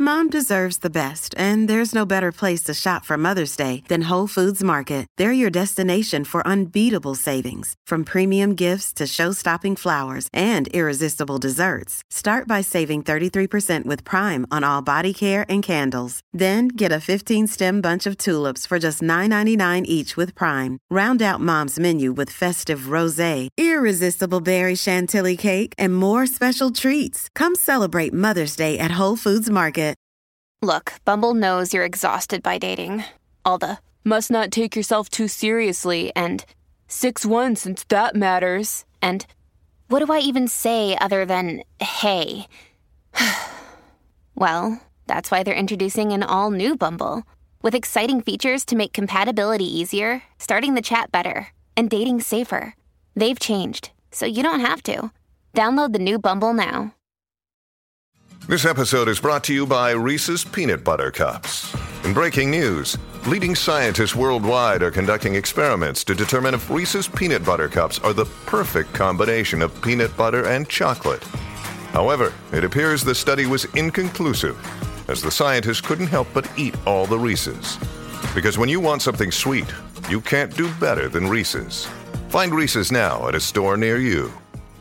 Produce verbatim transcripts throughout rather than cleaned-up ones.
Mom deserves the best, and there's no better place to shop for Mother's Day than Whole Foods Market. They're your destination for unbeatable savings, from premium gifts to show-stopping flowers and irresistible desserts. Start by saving thirty-three percent with Prime on all body care and candles. Then get a fifteen-stem bunch of tulips for just nine ninety-nine each with Prime. Round out Mom's menu with festive rosé, irresistible berry chantilly cake, and more special treats. Come celebrate Mother's Day at Whole Foods Market. Look, Bumble knows you're exhausted by dating. All the must not take yourself too seriously and six one since that matters. And what do I even say other than hey? Well, that's why they're introducing an all-new Bumble with exciting features to make compatibility easier, starting the chat better, and dating safer. They've changed, so you don't have to. Download the new Bumble now. This episode is brought to you by Reese's Peanut Butter Cups. In breaking news, leading scientists worldwide are conducting experiments to determine if Reese's Peanut Butter Cups are the perfect combination of peanut butter and chocolate. However, it appears the study was inconclusive, as the scientists couldn't help but eat all the Reese's. Because when you want something sweet, you can't do better than Reese's. Find Reese's now at a store near you.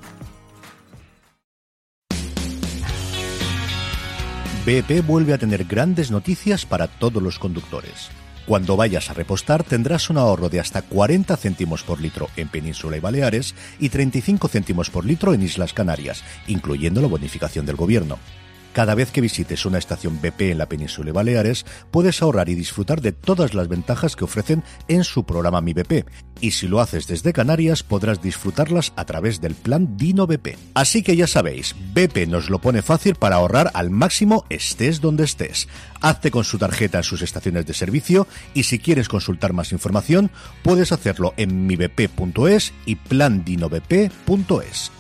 B P vuelve a tener grandes noticias para todos los conductores. Cuando vayas a repostar tendrás un ahorro de hasta cuarenta céntimos por litro en Península y Baleares y treinta y cinco céntimos por litro en Islas Canarias, incluyendo la bonificación del gobierno. Cada vez que visites una estación B P en la Península y Baleares, puedes ahorrar y disfrutar de todas las ventajas que ofrecen en su programa Mi B P. Y si lo haces desde Canarias, podrás disfrutarlas a través del plan Dino B P. Así que ya sabéis, B P nos lo pone fácil para ahorrar al máximo estés donde estés. Hazte con su tarjeta en sus estaciones de servicio y si quieres consultar más información, puedes hacerlo en mi b p punto es y plan dino b p punto es.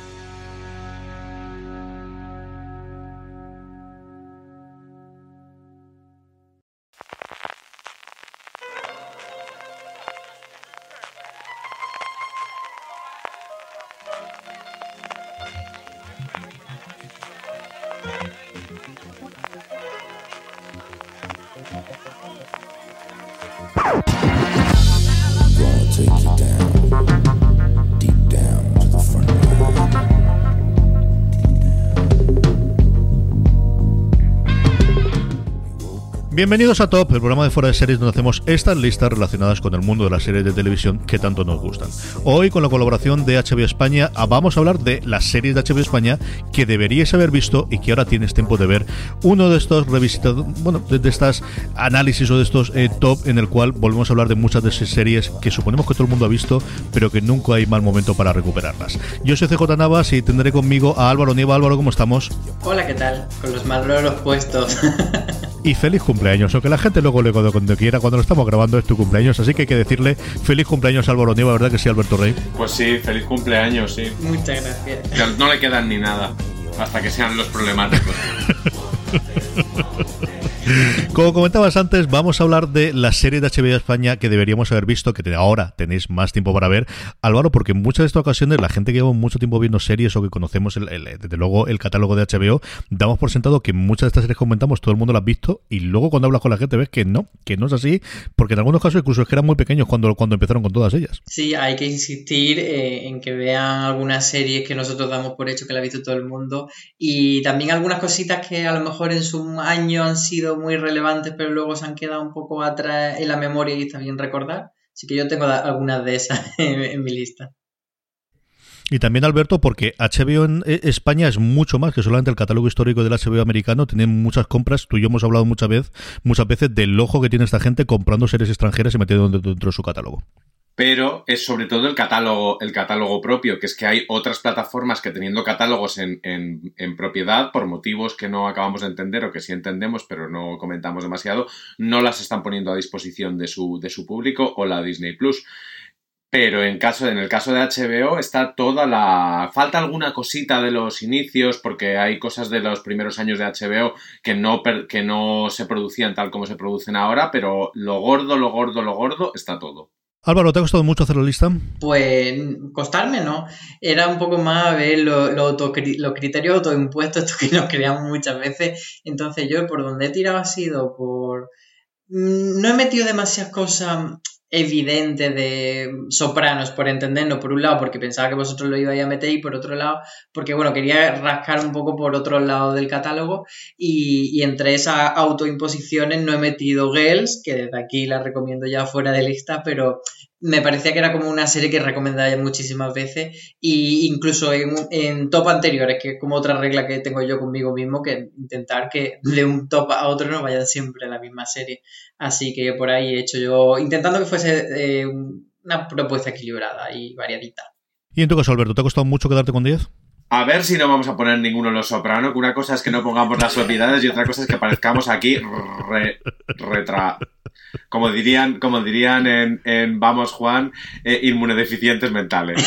Bienvenidos a Top, el programa de Fuera de Series donde hacemos estas listas relacionadas con el mundo de las series de televisión que tanto nos gustan. Hoy, con la colaboración de H B O España, vamos a hablar de las series de H B O España que deberíais haber visto y que ahora tienes tiempo de ver. Uno de estos revisitados, bueno, de, de estas análisis o de estos eh, top en el cual volvemos a hablar de muchas de esas series que suponemos que todo el mundo ha visto, pero que nunca hay mal momento para recuperarlas. Yo soy C J Navas y tendré conmigo a Álvaro Nieva. Álvaro, ¿cómo estamos? Hola, ¿qué tal? Con los malloros puestos. Y feliz cumpleaños, aunque la gente luego le cuando, cuando quiera, cuando lo estamos grabando es tu cumpleaños, así que hay que decirle feliz cumpleaños a Álvaro Nieva, ¿verdad que sí, Alberto Rey? Pues sí, feliz cumpleaños, sí. Muchas gracias. No le quedan ni nada, hasta que sean los problemáticos. Como comentabas antes, vamos a hablar de la serie de H B O España que deberíamos haber visto, que ahora tenéis más tiempo para ver, Álvaro, porque en muchas de estas ocasiones la gente que lleva mucho tiempo viendo series o que conocemos el, el, desde luego el catálogo de H B O, damos por sentado que muchas de estas series que comentamos todo el mundo las ha visto y luego cuando hablas con la gente ves que no, que no es así, porque en algunos casos incluso es que eran muy pequeños cuando, cuando empezaron con todas ellas. Sí, hay que insistir eh, en que vean algunas series que nosotros damos por hecho que la ha visto todo el mundo y también algunas cositas que a lo mejor en su año han sido muy relevantes pero luego se han quedado un poco atrás en la memoria y está bien recordar, así que yo tengo algunas de esas en, en mi lista. Y también, Alberto, porque H B O en España es mucho más que solamente el catálogo histórico del H B O americano. Tienen muchas compras. Tú y yo hemos hablado muchas veces, muchas veces del ojo que tiene esta gente comprando series extranjeras y metiendo dentro, dentro de su catálogo. Pero es sobre todo el catálogo, el catálogo propio, que es que hay otras plataformas que teniendo catálogos en, en, en propiedad, por motivos que no acabamos de entender o que sí entendemos pero no comentamos demasiado, no las están poniendo a disposición de su, de su público o la Disney Plus. Pero en, caso, en el caso de H B O está toda la... Falta alguna cosita de los inicios porque hay cosas de los primeros años de H B O que no, que no se producían tal como se producen ahora, pero lo gordo, lo gordo, lo gordo está todo. Álvaro, ¿te ha costado mucho hacer la lista? Pues costarme, ¿no? Era un poco más ver los, los, autocri- los criterios autoimpuestos estos que nos creamos muchas veces. Entonces yo por donde he tirado ha sido por... No he metido demasiadas cosas evidentes de Sopranos, por entendernos, por un lado porque pensaba que vosotros lo ibais a meter y por otro lado porque, bueno, quería rascar un poco por otro lado del catálogo y, y entre esas autoimposiciones no he metido Girls, que desde aquí la recomiendo ya fuera de lista, pero me parecía que era como una serie que recomendaría muchísimas veces y incluso en, en top anteriores, que es como otra regla que tengo yo conmigo mismo, que intentar que de un top a otro no vayan siempre a la misma serie. Así que por ahí he hecho yo, intentando que fuese eh, una propuesta equilibrada y variadita. Y en tu caso, Alberto, ¿te ha costado mucho quedarte con diez? A ver si no vamos a poner ninguno de los Soprano, que una cosa es que no pongamos las obviedades y otra cosa es que parezcamos aquí re, retra... Como dirían, como dirían en, en Vamos Juan, eh, inmunodeficientes mentales.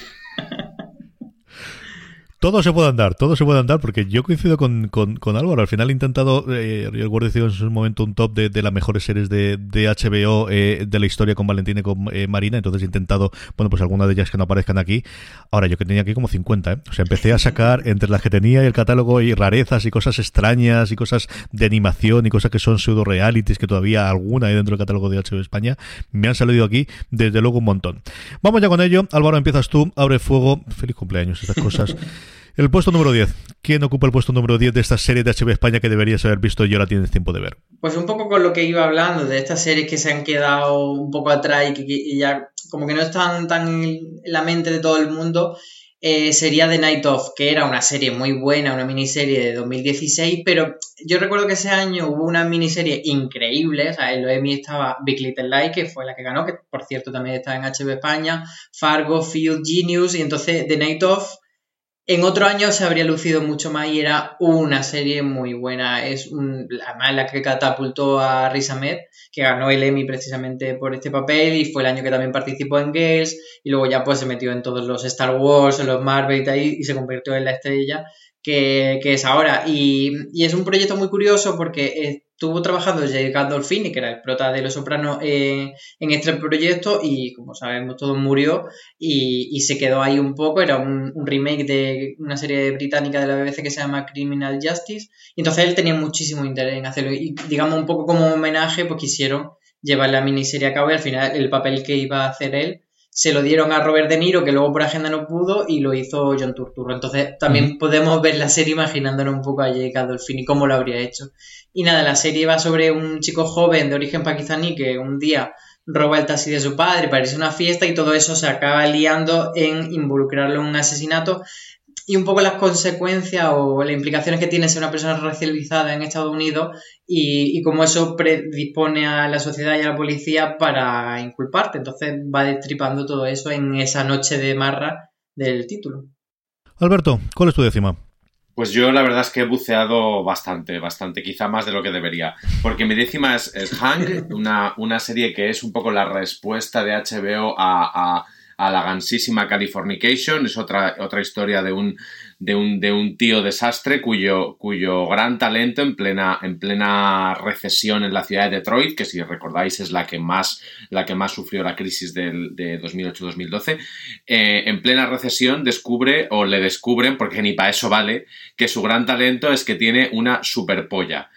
Todo se puede andar, todo se puede andar, porque yo coincido con, con, con Álvaro. Al final he intentado, eh, yo recuerdo decir en su momento un top de, de las mejores series de, de H B O eh, de la historia con Valentina y con eh, Marina, entonces he intentado, bueno, pues algunas de ellas que no aparezcan aquí. Ahora, yo que tenía aquí como cincuenta, ¿eh? O sea, empecé a sacar entre las que tenía y el catálogo y rarezas y cosas extrañas y cosas de animación y cosas que son pseudo realities, que todavía alguna hay dentro del catálogo de H B O España. Me han salido aquí, desde luego, un montón. Vamos ya con ello. Álvaro, empiezas tú, abre fuego. Feliz cumpleaños, estas cosas. El puesto número diez. ¿Quién ocupa el puesto número diez de esta serie de H B O España que deberías haber visto y ahora tienes tiempo de ver? Pues un poco con lo que iba hablando, de estas series que se han quedado un poco atrás y que y ya como que no están tan en la mente de todo el mundo, eh, sería The Night Of, que era una serie muy buena, una miniserie de dos mil dieciséis, pero yo recuerdo que ese año hubo una miniserie increíble, o sea, en los Emmy estaba Big Little Lies, que fue la que ganó, que por cierto también está en H B O España, Fargo, Feud, Genius, y entonces The Night Of en otro año se habría lucido mucho más y era una serie muy buena. Es un, además la que catapultó a Riz Ahmed, que ganó el Emmy precisamente por este papel y fue el año que también participó en Girls y luego ya pues se metió en todos los Star Wars, en los Marvel y tal y se convirtió en la estrella que, que es ahora. Y, y es un proyecto muy curioso porque estuvo trabajando Jake Gandolfini, que era el prota de Los Sopranos, eh, en este proyecto y como sabemos todo murió y, y se quedó ahí un poco. Era un, un remake de una serie británica de la B B C que se llama Criminal Justice y entonces él tenía muchísimo interés en hacerlo y digamos un poco como homenaje pues quisieron llevar la miniserie a cabo y al final el papel que iba a hacer él se lo dieron a Robert De Niro, que luego por agenda no pudo, y lo hizo John Turturro. Entonces también mm. podemos ver la serie imaginándonos un poco a Jake Gandolfini cómo lo habría hecho. Y nada, la serie va sobre un chico joven de origen pakistaní que un día roba el taxi de su padre para irse a una fiesta y todo eso se acaba liando en involucrarlo en un asesinato y un poco las consecuencias o las implicaciones que tiene ser una persona racializada en Estados Unidos y, y cómo eso predispone a la sociedad y a la policía para inculparte. Entonces va destripando todo eso en esa noche de marra del título. Alberto, ¿cuál es tu décima? Pues yo la verdad es que he buceado bastante, bastante, quizá más de lo que debería. Porque mi décima es, es Hank, una, una serie que es un poco la respuesta de H B O a... a a la gansísima Californication. Es otra, otra historia de un, de, un, de un tío desastre cuyo, cuyo gran talento en plena, en plena recesión en la ciudad de Detroit, que si recordáis es la que más, la que más sufrió la crisis del, de dos mil ocho dos mil doce, eh, en plena recesión descubre, o le descubren, porque ni para eso vale, que su gran talento es que tiene una superpolla.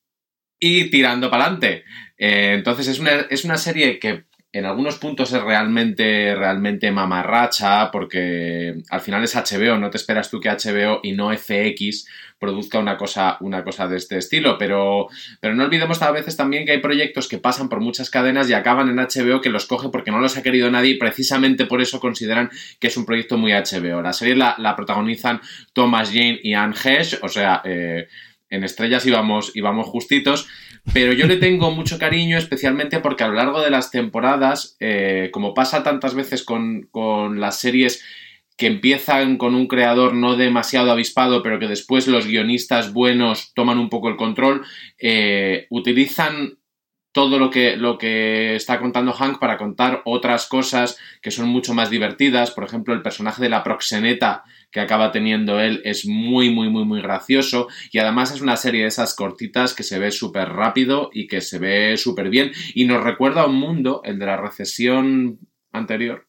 Y tirando para adelante. Eh, entonces es una, es una serie que en algunos puntos es realmente, realmente mamarracha, porque al final es H B O, no te esperas tú que H B O y no F X produzca una cosa, una cosa de este estilo, pero, pero no olvidemos a veces también que hay proyectos que pasan por muchas cadenas y acaban en H B O, que los coge porque no los ha querido nadie y precisamente por eso consideran que es un proyecto muy H B O. La serie la, la protagonizan Thomas Jane y Anne Heche, o sea... Eh, en estrellas íbamos, íbamos justitos, pero yo le tengo mucho cariño, especialmente porque a lo largo de las temporadas, eh, como pasa tantas veces con, con las series que empiezan con un creador no demasiado avispado, pero que después los guionistas buenos toman un poco el control, eh, utilizan todo lo que, lo que está contando Hank para contar otras cosas que son mucho más divertidas. Por ejemplo, el personaje de la proxeneta que acaba teniendo él es muy, muy, muy, muy gracioso, y además es una serie de esas cortitas que se ve súper rápido y que se ve súper bien, y nos recuerda a un mundo, el de la recesión anterior,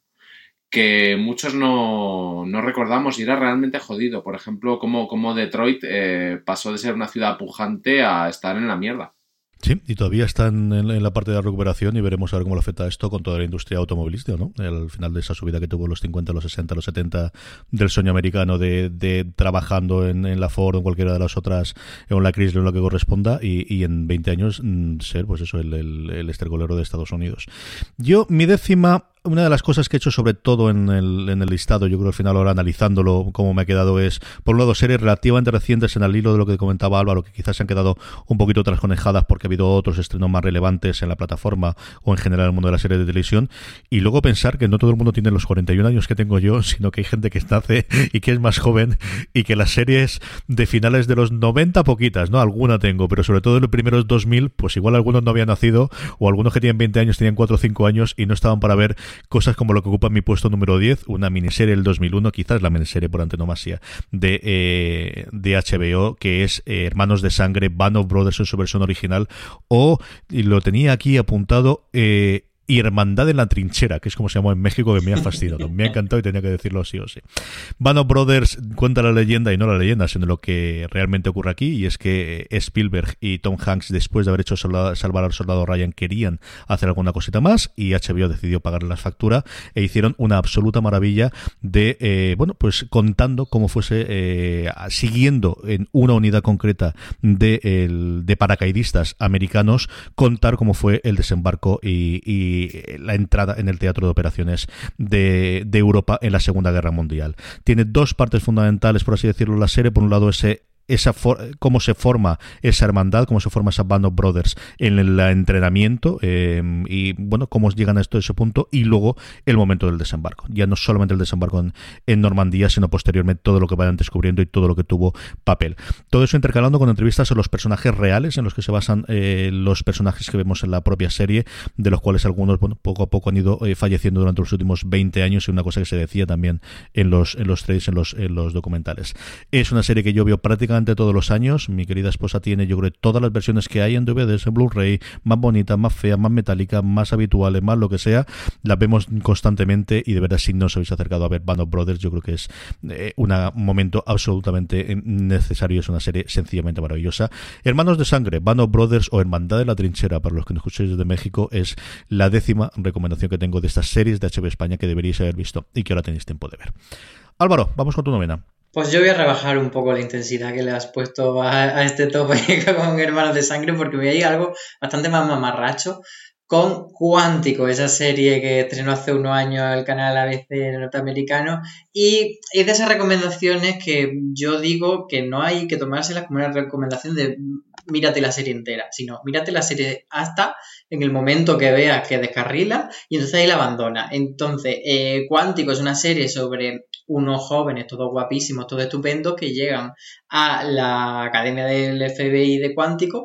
que muchos no, no recordamos y era realmente jodido. Por ejemplo, cómo, cómo Detroit eh, pasó de ser una ciudad pujante a estar en la mierda. Sí, y todavía están en, en la parte de la recuperación y veremos a ver cómo le afecta esto con toda la industria automovilística, ¿no? Al final de esa subida que tuvo los cincuenta, los sesenta, los setenta del sueño americano de, de trabajando en, en la Ford o en cualquiera de las otras, en la Chrysler, en lo que corresponda, y, y en veinte años mm, ser, pues eso, el, el, el estercolero de Estados Unidos. Yo, mi décima... Una de las cosas que he hecho sobre todo en el, en el listado, yo creo al final ahora analizándolo como me ha quedado, es por un lado series relativamente recientes en el hilo de lo que comentaba Álvaro, que quizás se han quedado un poquito trasconejadas porque ha habido otros estrenos más relevantes en la plataforma o en general en el mundo de la serie de televisión, y luego pensar que no todo el mundo tiene los cuarenta y un años que tengo yo, sino que hay gente que nace y que es más joven, y que las series de finales de los noventa, poquitas, ¿no? Alguna tengo, pero sobre todo en los primeros dos mil, pues igual algunos no habían nacido, o algunos que tienen veinte años tenían cuatro o cinco años y no estaban para ver cosas como lo que ocupa mi puesto número diez, una miniserie del dos mil uno, quizás la miniserie por antonomasia de, eh, de H B O, que es eh, Hermanos de Sangre, Band of Brothers en su versión original, o, y lo tenía aquí apuntado, eh, y Hermandad en la Trinchera, que es como se llamó en México, que me ha fascinado, me ha encantado y tenía que decirlo sí o sí. Band of Brothers cuenta la leyenda, y no la leyenda, sino lo que realmente ocurre aquí, y es que Spielberg y Tom Hanks, después de haber hecho Soldado, Salvar al Soldado Ryan, querían hacer alguna cosita más, y H B O decidió pagarle las facturas, e hicieron una absoluta maravilla de, eh, bueno, pues contando cómo fuese, eh, siguiendo en una unidad concreta de, el, de paracaidistas americanos, contar cómo fue el desembarco y, y la entrada en el teatro de operaciones de, de Europa en la Segunda Guerra Mundial. Tiene dos partes fundamentales, por así decirlo, la serie. Por un lado, ese esa for- cómo se forma esa hermandad, cómo se forma esa Band of Brothers en el entrenamiento, eh, y bueno, cómo llegan a esto, ese punto, y luego el momento del desembarco. Ya no solamente el desembarco en, en Normandía, sino posteriormente todo lo que vayan descubriendo y todo lo que tuvo papel. Todo eso intercalando con entrevistas a los personajes reales en los que se basan eh, los personajes que vemos en la propia serie, de los cuales algunos, bueno, poco a poco han ido eh, falleciendo durante los últimos veinte años, y una cosa que se decía también en los en los trades, en los, en los documentales. Es una serie que yo veo prácticamente todos los años. Mi querida esposa tiene, yo creo, todas las versiones que hay en D V Ds, en Blu-ray, más bonitas, más feas, más metálicas, más habituales, más lo que sea, las vemos constantemente, y de verdad, si no os habéis acercado a ver Band of Brothers, yo creo que es eh, un momento absolutamente necesario. Es una serie sencillamente maravillosa. Hermanos de Sangre, Band of Brothers, o Hermandad de la Trinchera, para los que nos escucháis desde México, es la décima recomendación que tengo de estas series de H B O España que deberíais haber visto y que ahora tenéis tiempo de ver. Álvaro, vamos con tu novena. Pues yo voy a rebajar un poco la intensidad que le has puesto a, a este tope con Hermanos de Sangre, porque voy a ir a algo bastante más mamarracho, con Cuántico, esa serie que estrenó hace unos años el canal A B C norteamericano, y es de esas recomendaciones que yo digo que no hay que tomárselas como una recomendación de mírate la serie entera, sino mírate la serie hasta en el momento que veas que descarrila, y entonces ahí la abandona. Entonces, eh, Cuántico es una serie sobre unos jóvenes, todos guapísimos, todos estupendos, que llegan a la academia del F B I de Cuántico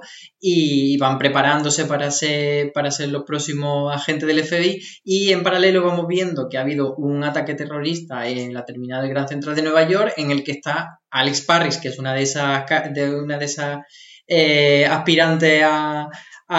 y van preparándose para ser, para ser los próximos agentes del F B I, y en paralelo vamos viendo que ha habido un ataque terrorista en la terminal del Gran Central de Nueva York, en el que está Alex Parrish, que es una de esas, de una de esas eh, aspirantes a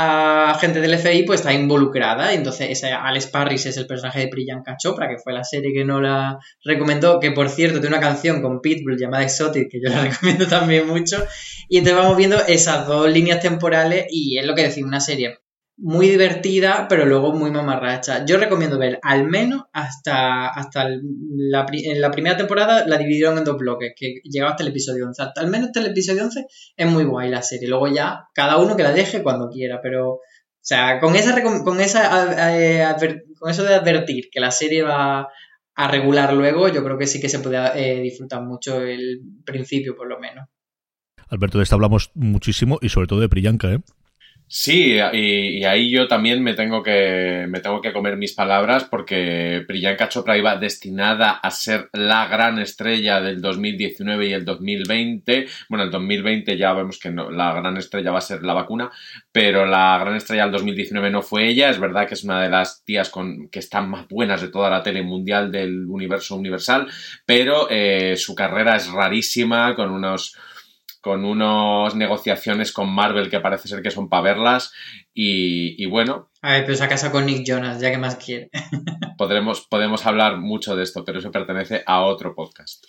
a gente del F B I, pues está involucrada. Entonces ese Alex Parrish es el personaje de Priyanka Chopra, que fue la serie que no la recomendó, que por cierto tiene una canción con Pitbull llamada Exotic, que yo la recomiendo también mucho. Y entonces vamos viendo esas dos líneas temporales, y es lo que decimos, una serie muy divertida, pero luego muy mamarracha. Yo recomiendo ver al menos hasta, hasta la, en la primera temporada la dividieron en dos bloques, que llegaba hasta el episodio once. Hasta al menos hasta el episodio once es muy guay la serie. Luego ya, cada uno que la deje cuando quiera, pero, o sea, con esa, con esa, eh, adver, con eso de advertir que la serie va a regular luego, yo creo que sí que se puede eh, disfrutar mucho el principio, por lo menos. Alberto, de esta hablamos muchísimo, y sobre todo de Priyanka, ¿eh? Sí, y, y ahí yo también me tengo que me tengo que comer mis palabras porque Priyanka Chopra iba destinada a ser la gran estrella del dos mil diecinueve y el dos mil veinte. Bueno, el dos mil veinte ya vemos que no, la gran estrella va a ser la vacuna, pero la gran estrella del dos mil diecinueve no fue ella. Es verdad que es una de las tías con, que están más buenas de toda la tele mundial del universo universal, pero eh, su carrera es rarísima, con unos... con unas negociaciones con Marvel que parece ser que son para verlas y, y bueno... A ver, pero se ha casado con Nick Jonas, ya que más quiere. Podremos, podemos hablar mucho de esto, pero eso pertenece a otro podcast.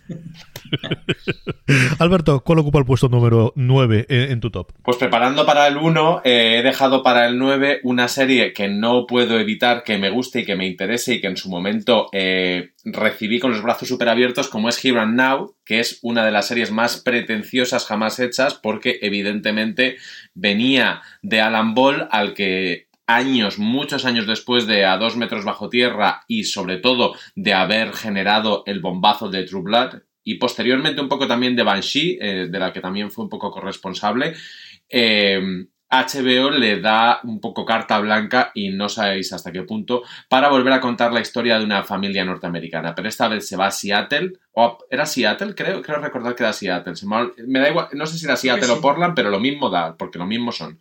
Alberto, ¿cuál ocupa el puesto número nueve en, en tu top? Pues preparando para el uno, eh, he dejado para el nueve una serie que no puedo evitar que me guste y que me interese y que en su momento eh, recibí con los brazos súper abiertos, como es Here and Now, que es una de las series más pretenciosas jamás hechas porque evidentemente venía de Alan Ball, al que años, muchos años después de A dos metros bajo tierra y sobre todo de haber generado el bombazo de True Blood y posteriormente un poco también de Banshee, eh, de la que también fue un poco corresponsable, eh, H B O le da un poco carta blanca y no sabéis hasta qué punto para volver a contar la historia de una familia norteamericana, pero esta vez se va a Seattle, o era Seattle, creo, creo recordar que era Seattle, se me, me da igual, no sé si era Seattle sí. o Portland, pero lo mismo da, porque lo mismo son,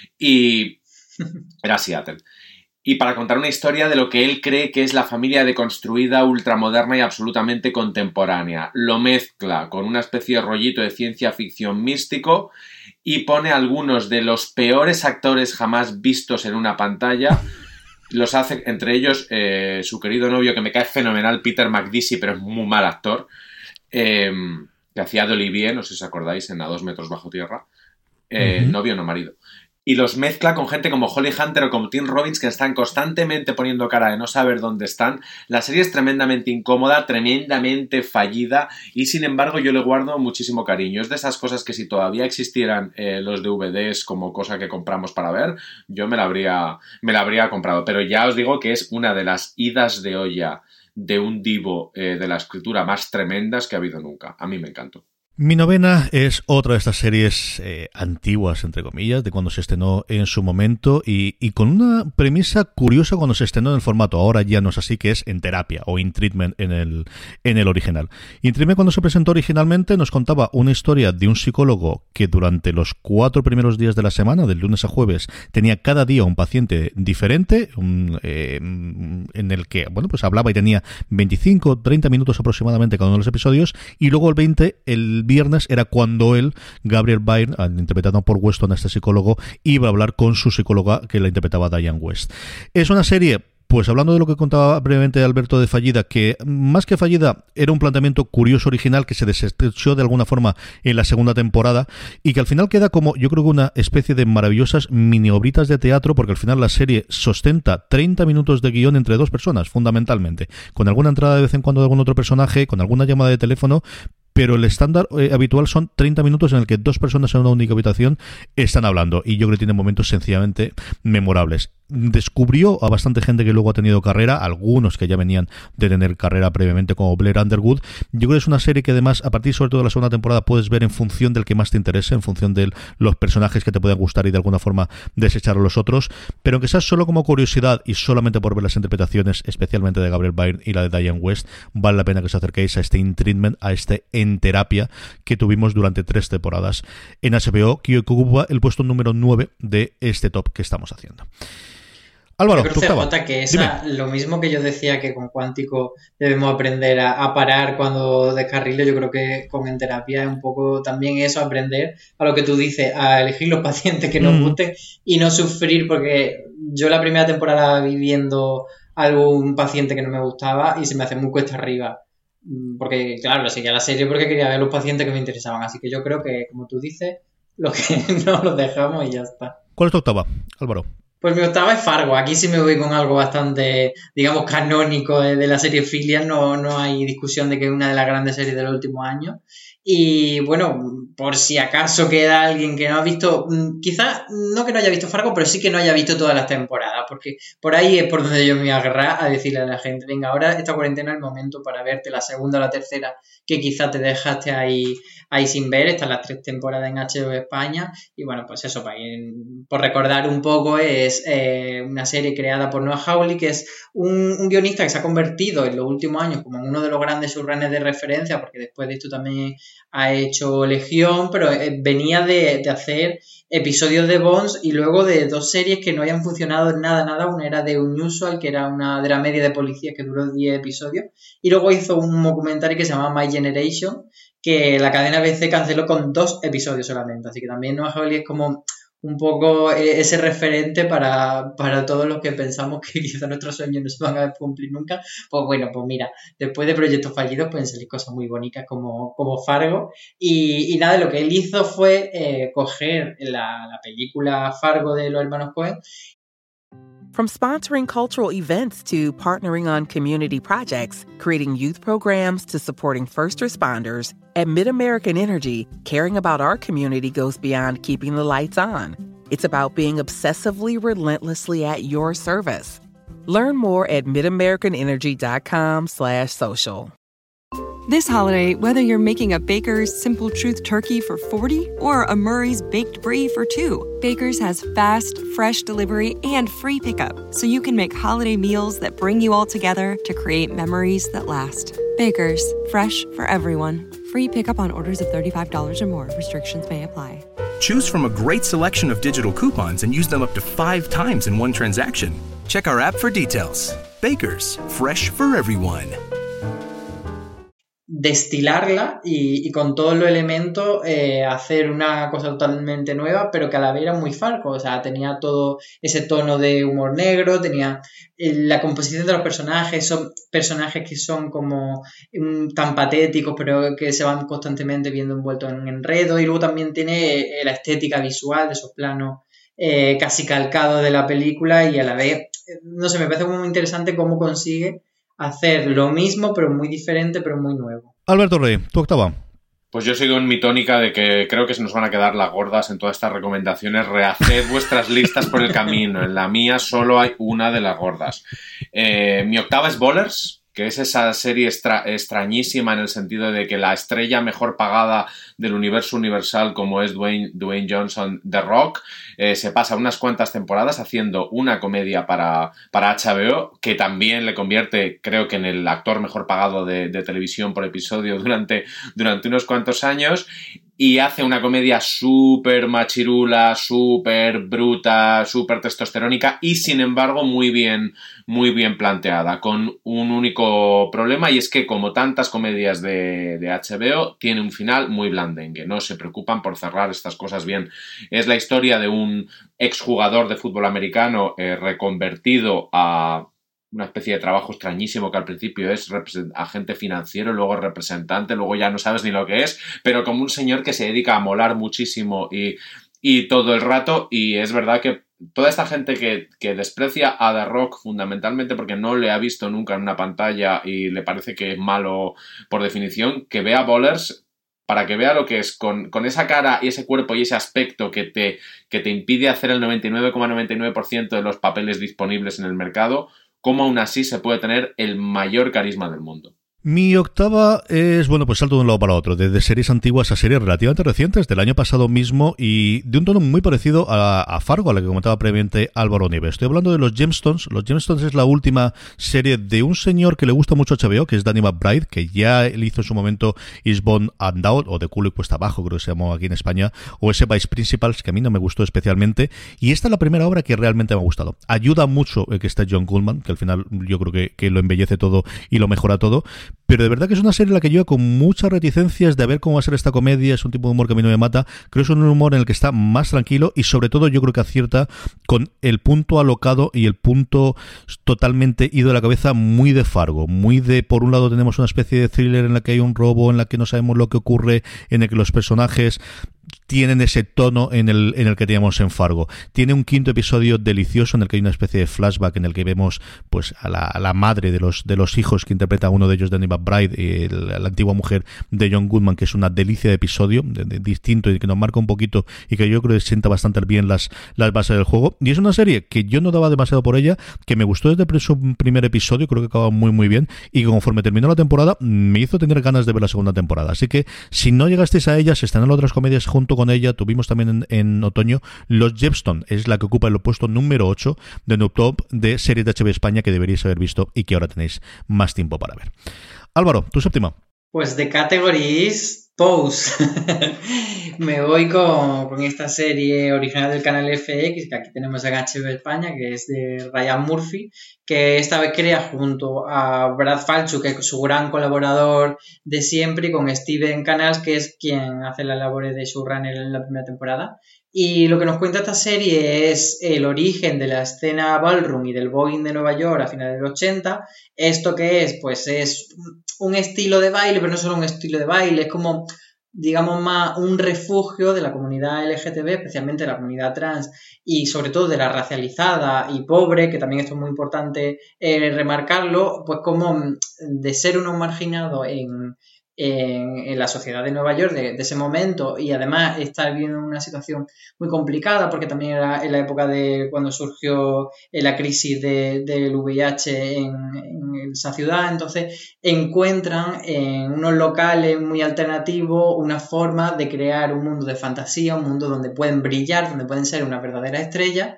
y era Seattle. Y para contar una historia de lo que él cree que es la familia deconstruida, ultramoderna y absolutamente contemporánea. Lo mezcla con una especie de rollito de ciencia ficción místico y pone a algunos de los peores actores jamás vistos en una pantalla. Los hace, entre ellos, eh, su querido novio, que me cae fenomenal, Peter Macdissi, pero es muy mal actor, eh, que hacía de Olivier, no sé si os acordáis, en A dos metros bajo tierra. Eh, uh-huh. Novio, no marido. Y los mezcla con gente como Holly Hunter o como Tim Robbins, que están constantemente poniendo cara de no saber dónde están. La serie es tremendamente incómoda, tremendamente fallida y sin embargo yo le guardo muchísimo cariño. Es de esas cosas que si todavía existieran eh, los D V Ds como cosa que compramos para ver, yo me la habría, me la habría comprado. Pero ya os digo que es una de las idas de olla de un divo eh, de la escritura más tremendas que ha habido nunca. A mí me encantó. Mi novena es otra de estas series eh, antiguas, entre comillas, de cuando se estrenó en su momento y, y con una premisa curiosa cuando se estrenó en el formato. Ahora ya no es así, que es en terapia o in treatment en el, en el original. In treatment, cuando se presentó originalmente, nos contaba una historia de un psicólogo que durante los cuatro primeros días de la semana, del lunes a jueves, tenía cada día un paciente diferente, un, eh, en el que, bueno, pues hablaba y tenía veinticinco, treinta minutos aproximadamente cada uno de los episodios, y luego el veinte, el viernes era cuando él, Gabriel Byrne, interpretado por Weston, este psicólogo, iba a hablar con su psicóloga, que la interpretaba Diane West. Es una serie, pues hablando de lo que contaba brevemente Alberto de fallida, que más que fallida era un planteamiento curioso original que se desestrechó de alguna forma en la segunda temporada y que al final queda como, yo creo que una especie de maravillosas mini obritas de teatro, porque al final la serie sustenta treinta minutos de guión entre dos personas, fundamentalmente, con alguna entrada de vez en cuando de algún otro personaje, con alguna llamada de teléfono, pero el estándar eh, habitual son treinta minutos en el que dos personas en una única habitación están hablando, y yo creo que tiene momentos sencillamente memorables. Descubrió a bastante gente que luego ha tenido carrera, algunos que ya venían de tener carrera previamente, como Blair Underwood. Yo creo que es una serie que además, a partir sobre todo de la segunda temporada, puedes ver en función del que más te interese, en función de los personajes que te puedan gustar y de alguna forma desechar a los otros, pero aunque sea solo como curiosidad y solamente por ver las interpretaciones, especialmente de Gabriel Byrne y la de Diane West, vale la pena que os acerquéis a este In Treatment, a este En Terapia que tuvimos durante tres temporadas en H B O, que ocupa el puesto número nueve de este top que estamos haciendo. Álvaro, yo creo, C J, que esa, lo mismo que yo decía que con Cuántico debemos aprender a, a parar cuando descarrile, yo creo que con En Terapia es un poco también eso, aprender a lo que tú dices, a elegir los pacientes que nos mm. gusten y no sufrir, porque yo la primera temporada vi viendo algún paciente que no me gustaba y se me hace muy cuesta arriba, porque claro, seguía la serie porque quería ver los pacientes que me interesaban, así que yo creo que, como tú dices, lo que no los dejamos y ya está. ¿Cuál es tu octava, Álvaro? Pues mi octava es Fargo. Aquí sí me voy con algo bastante, digamos, canónico de, de la serie Filial. No, no hay discusión de que es una de las grandes series de los últimos años. Y bueno, por si acaso queda alguien que no ha visto, quizás no que no haya visto Fargo, pero sí que no haya visto todas las temporadas, porque por ahí es por donde yo me voy a agarrar a decirle a la gente, venga, ahora esta cuarentena es el momento para verte la segunda o la tercera, que quizás te dejaste ahí, ahí sin ver. Están las tres temporadas en H B O España, y bueno, pues eso, para ir, por recordar un poco, es eh, una serie creada por Noah Hawley, que es un, un guionista que se ha convertido en los últimos años como en uno de los grandes showrunners de referencia, porque después de esto también ha hecho Legión, pero eh, venía de, de hacer episodios de Bones y luego de dos series que no habían funcionado en nada, nada. Una era de Unusual, que era una de la media de policías que duró diez episodios, y luego hizo un documentario que se llamaba My Generation, que la cadena B C canceló con dos episodios solamente, así que también Noah Hawley es como un poco ese referente para, para todos los que pensamos que quizá nuestros sueños no se van a cumplir nunca. Pues bueno, pues mira, después de proyectos fallidos pueden salir cosas muy bonitas como, como Fargo, y, y nada, lo que él hizo fue eh, coger la, la película Fargo de los hermanos Coen. From sponsoring cultural events to partnering on community projects, creating youth programs to supporting first responders, at MidAmerican Energy, caring about our community goes beyond keeping the lights on. It's about being obsessively relentlessly at your service. Learn more at midamericanenergy.com slash social. This holiday, whether you're making a Baker's Simple Truth turkey for forty or a Murray's Baked Brie for two, Baker's has fast, fresh delivery and free pickup, so you can make holiday meals that bring you all together to create memories that last. Baker's, fresh for everyone. Free pickup on orders of thirty-five dollars or more. Restrictions may apply. Choose from a great selection of digital coupons and use them up to five times in one transaction. Check our app for details. Baker's, fresh for everyone. Destilarla y, y con todos los elementos eh, hacer una cosa totalmente nueva, pero que a la vez era muy Fargo. O sea, tenía todo ese tono de humor negro, tenía eh, la composición de los personajes, son personajes que son como um, tan patéticos, pero que se van constantemente viendo envueltos en enredo, y luego también tiene eh, la estética visual de esos planos eh, casi calcados de la película, y a la vez, eh, no sé, me parece muy interesante cómo consigue hacer lo mismo, pero muy diferente, pero muy nuevo. Alberto Rey, tu octava. Pues yo sigo en mi tónica de que creo que se nos van a quedar las gordas en todas estas recomendaciones. Rehaced vuestras listas por el camino. En la mía solo hay una de las gordas. Eh, mi octava es Ballers, que es esa serie extra, extrañísima en el sentido de que la estrella mejor pagada del universo universal, como es Dwayne, Dwayne Johnson, The Rock, eh, se pasa unas cuantas temporadas haciendo una comedia para, para H B O, que también le convierte, creo que en el actor mejor pagado de, de televisión por episodio durante, durante unos cuantos años, y hace una comedia súper machirula, súper bruta, súper testosterónica y sin embargo muy bien, muy bien planteada, con un único problema, y es que como tantas comedias de, de H B O tiene un final muy blandengue, no se preocupan por cerrar estas cosas bien. Es la historia de un exjugador de fútbol americano eh, reconvertido a una especie de trabajo extrañísimo, que al principio es agente financiero, luego representante, luego ya no sabes ni lo que es, pero como un señor que se dedica a molar muchísimo y, y todo el rato. Y es verdad que toda esta gente que, que desprecia a The Rock fundamentalmente porque no le ha visto nunca en una pantalla y le parece que es malo por definición, que vea Ballers para que vea lo que es, con, con esa cara y ese cuerpo y ese aspecto que te, que te impide hacer el noventa y nueve coma noventa y nueve por ciento de los papeles disponibles en el mercado, cómo aún así se puede tener el mayor carisma del mundo. Mi octava es, bueno, pues salto de un lado para otro, desde series antiguas a series relativamente recientes, del año pasado mismo, y de un tono muy parecido a, a Fargo, a la que comentaba previamente Álvaro Nieves. Estoy hablando de Los Gemstones. Los Gemstones es la última serie de un señor que le gusta mucho a H B O, que es Danny McBride, que ya él hizo en su momento Eastbound and Down, o De culo y cuesta abajo, creo que se llamó aquí en España, o ese Vice Principals, que a mí no me gustó especialmente, y esta es la primera obra que realmente me ha gustado. Ayuda mucho el que esté John Goodman, que al final yo creo que, que lo embellece todo y lo mejora todo, pero de verdad que es una serie en la que yo con muchas reticencias de ver cómo va a ser esta comedia. Es un tipo de humor que a mí no me mata. Creo que es un humor en el que está más tranquilo y sobre todo yo creo que acierta con el punto alocado y el punto totalmente ido de la cabeza, muy de Fargo, muy de, por un lado tenemos una especie de thriller en la que hay un robo, en la que no sabemos lo que ocurre, en el que los personajes tienen ese tono en el, en el que teníamos en Fargo. Tiene un quinto episodio delicioso en el que hay una especie de flashback en el que vemos pues a la, a la madre de los, de los hijos que interpreta uno de ellos, Danny McBride, y el, la antigua mujer de John Goodman, que es una delicia de episodio, de, de, distinto y que nos marca un poquito y que yo creo que sienta bastante bien las, las bases del juego. Y es una serie que yo no daba demasiado por ella, que me gustó desde su primer episodio, creo que acaba muy muy bien, y que conforme terminó la temporada me hizo tener ganas de ver la segunda temporada. Así que si no llegasteis a ella, se están en otras comedias junto con ella. Tuvimos también en, en otoño Los Jepstone, es la que ocupa el puesto número ocho de Noob Top de series de H B O España que deberíais haber visto y que ahora tenéis más tiempo para ver. Álvaro, tu séptima. Pues de categories Pose. Me voy con, con esta serie original del canal F X, que aquí tenemos en H B O España, que es de Ryan Murphy, que esta vez crea junto a Brad Falchuk, que es su gran colaborador de siempre, y con Steven Canals, que es quien hace las labores de showrunner en la primera temporada. Y lo que nos cuenta esta serie es el origen de la escena ballroom y del voguing de Nueva York a finales de los ochenta. ¿Esto qué es? Pues es un estilo de baile, pero no solo un estilo de baile, es como, digamos, más un refugio de la comunidad L G T B, especialmente de la comunidad trans y sobre todo de la racializada y pobre, que también esto es muy importante eh, remarcarlo, pues como de ser unos marginados en... En, en la sociedad de Nueva York de, de ese momento, y además estar viviendo una situación muy complicada porque también era en la época de cuando surgió la crisis de, del V I H en, en esa ciudad. Entonces encuentran en unos locales muy alternativos una forma de crear un mundo de fantasía, un mundo donde pueden brillar, donde pueden ser una verdadera estrella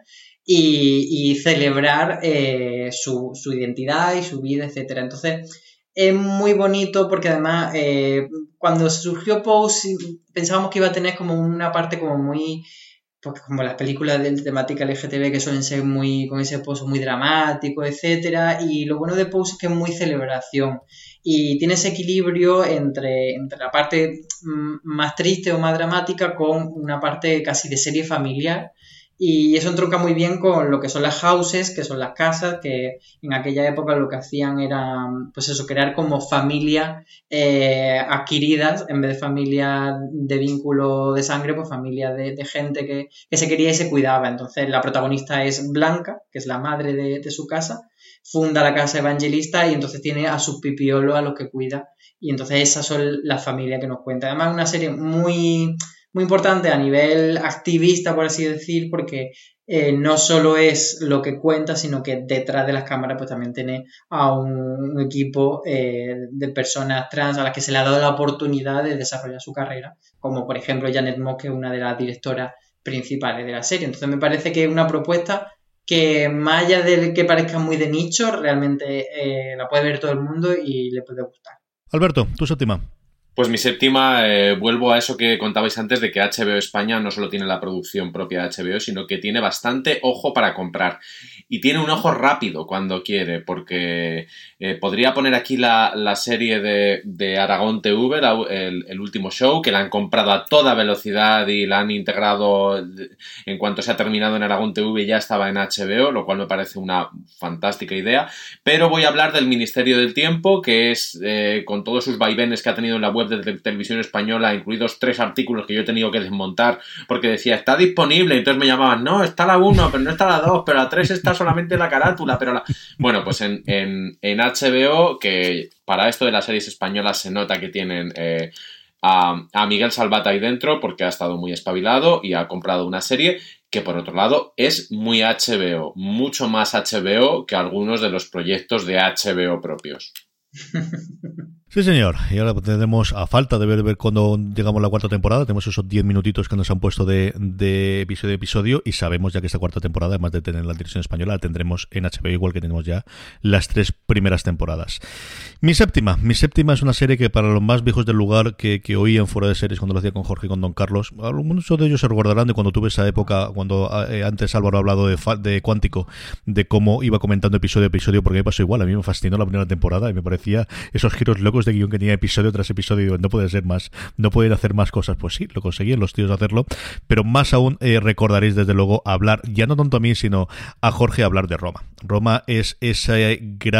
y, y celebrar eh, su, su identidad y su vida, etcétera. Entonces es muy bonito porque además eh, cuando surgió Pose pensábamos que iba a tener como una parte como muy, pues como las películas de temática L G T B que suelen ser muy con ese pozo muy dramático, etcétera, y lo bueno de Pose es que es muy celebración y tiene ese equilibrio entre, entre la parte más triste o más dramática con una parte casi de serie familiar. Y eso entronca muy bien con lo que son las houses, que son las casas, que en aquella época lo que hacían era, pues eso, crear como familias eh, adquiridas, en vez de familias de vínculo de sangre, pues familias de, de gente que, que se quería y se cuidaba. Entonces la protagonista es Blanca, que es la madre de, de su casa, funda la casa Evangelista y entonces tiene a sus pipiolos a los que cuida. Y entonces esas son las familias que nos cuenta. Además es una serie muy... muy importante a nivel activista, por así decir, porque eh, no solo es lo que cuenta, sino que detrás de las cámaras pues también tiene a un, un equipo eh, de personas trans a las que se le ha dado la oportunidad de desarrollar su carrera, como por ejemplo Janet Moss, que es una de las directoras principales de la serie. Entonces me parece que es una propuesta que, más allá de que parezca muy de nicho, realmente eh, la puede ver todo el mundo y le puede gustar. Alberto, tu séptima. Pues mi séptima, eh, vuelvo a eso que contabais antes de que H B O España no solo tiene la producción propia de H B O, sino que tiene bastante ojo para comprar. Y tiene un ojo rápido cuando quiere, porque eh, podría poner aquí la, la serie de, de Aragón T V, la, el, el último show, que la han comprado a toda velocidad y la han integrado en cuanto se ha terminado en Aragón T V, ya estaba en H B O, lo cual me parece una fantástica idea. Pero voy a hablar del Ministerio del Tiempo, que es, eh, con todos sus vaivenes que ha tenido en la web de Televisión Española, incluidos tres artículos que yo he tenido que desmontar porque decía está disponible, y entonces me llamaban no, está la uno, pero no está la dos, pero la tres está solamente la carátula, pero la... Bueno, pues en, en, en H B O, que para esto de las series españolas se nota que tienen eh, a, a Miguel Salvat ahí dentro, porque ha estado muy espabilado y ha comprado una serie que por otro lado es muy H B O, mucho más H B O que algunos de los proyectos de H B O propios. Sí, señor. Y ahora tenemos, a falta de ver, ver cuando llegamos a la cuarta temporada, tenemos esos diez minutitos que nos han puesto de, de episodio a episodio, y sabemos ya que esta cuarta temporada, además de tener la dirección española, la tendremos en H B O, igual que tenemos ya las tres primeras temporadas. Mi séptima. Mi séptima es una serie que para los más viejos del lugar que, que oían fuera de series cuando lo hacía con Jorge y con Don Carlos, muchos de ellos se recordarán de cuando tuve esa época, cuando eh, antes Álvaro ha hablado de, de Cuántico, de cómo iba comentando episodio a episodio, porque me pasó igual. A mí me fascinó la primera temporada y me parecía esos giros locos de guión que tenía episodio tras episodio, y digo, no puede ser más, no pueden hacer más cosas. Pues sí, lo conseguían los tíos hacerlo, pero más aún eh, recordaréis desde luego hablar, ya no tanto a mí, sino a Jorge, hablar de Roma. Roma es ese gran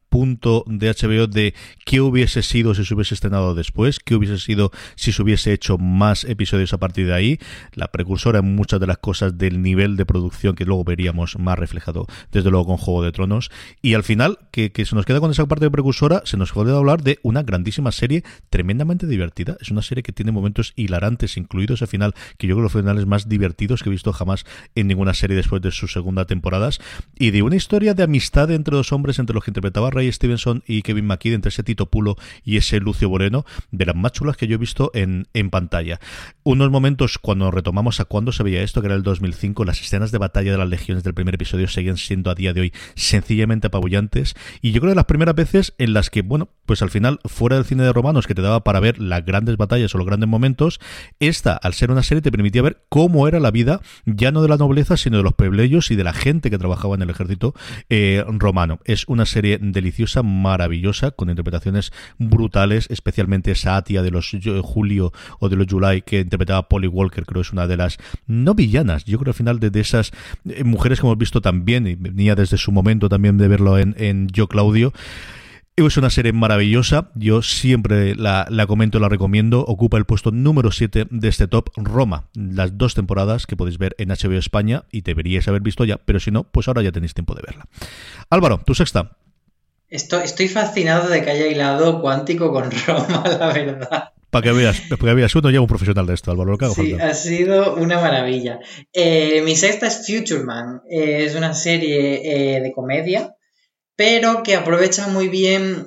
punto de H B O de qué hubiese sido si se hubiese estrenado después, qué hubiese sido si se hubiese hecho más episodios a partir de ahí. La precursora en muchas de las cosas del nivel de producción que luego veríamos más reflejado, desde luego, con Juego de Tronos. Y al final, que, que se nos queda con esa parte de precursora, se nos puede hablar de una grandísima serie tremendamente divertida. Es una serie que tiene momentos hilarantes, incluidos al final, que yo creo que los finales más divertidos que he visto jamás en ninguna serie después de sus segunda temporadas, y de una historia de amistad entre dos hombres, entre los que interpretaba Ray Stevenson y Kevin McKidd, entre ese Tito Pulo y ese Lucio Moreno, de las más chulas que yo he visto en, en pantalla. Unos momentos, cuando retomamos a cuándo se veía esto, que era el dos mil cinco, las escenas de batalla de las legiones del primer episodio seguían siendo a día de hoy sencillamente apabullantes, y yo creo que las primeras veces en las que, bueno, pues al final, fuera del cine de romanos que te daba para ver las grandes batallas o los grandes momentos, esta, al ser una serie, te permitía ver cómo era la vida, ya no de la nobleza, sino de los plebeyos y de la gente que trabajaba en el ejército eh, romano. Es una serie deliciosa, maravillosa, con interpretaciones brutales, especialmente esa Atia de los Julio o de los July que interpretaba Polly Walker, creo que es una de las, no villanas, yo creo al final de, de esas eh, mujeres que hemos visto también, y venía desde su momento también de verlo en, en Yo Claudio. Es una serie maravillosa, yo siempre la, la comento, la recomiendo, ocupa el puesto número siete de este top. Roma, las dos temporadas que podéis ver en H B O España y deberíais haber visto ya, pero si no, pues ahora ya tenéis tiempo de verla. Álvaro, tu sexta. Estoy, estoy fascinado de que haya hilado Cuántico con Roma, la verdad. Para que veas, para que veas, uno ya un profesional de esto, Álvaro. Lo que hago sí, falta. Ha sido una maravilla. Eh, mi sexta es Future Man, eh, es una serie eh, de comedia, pero que aprovecha muy bien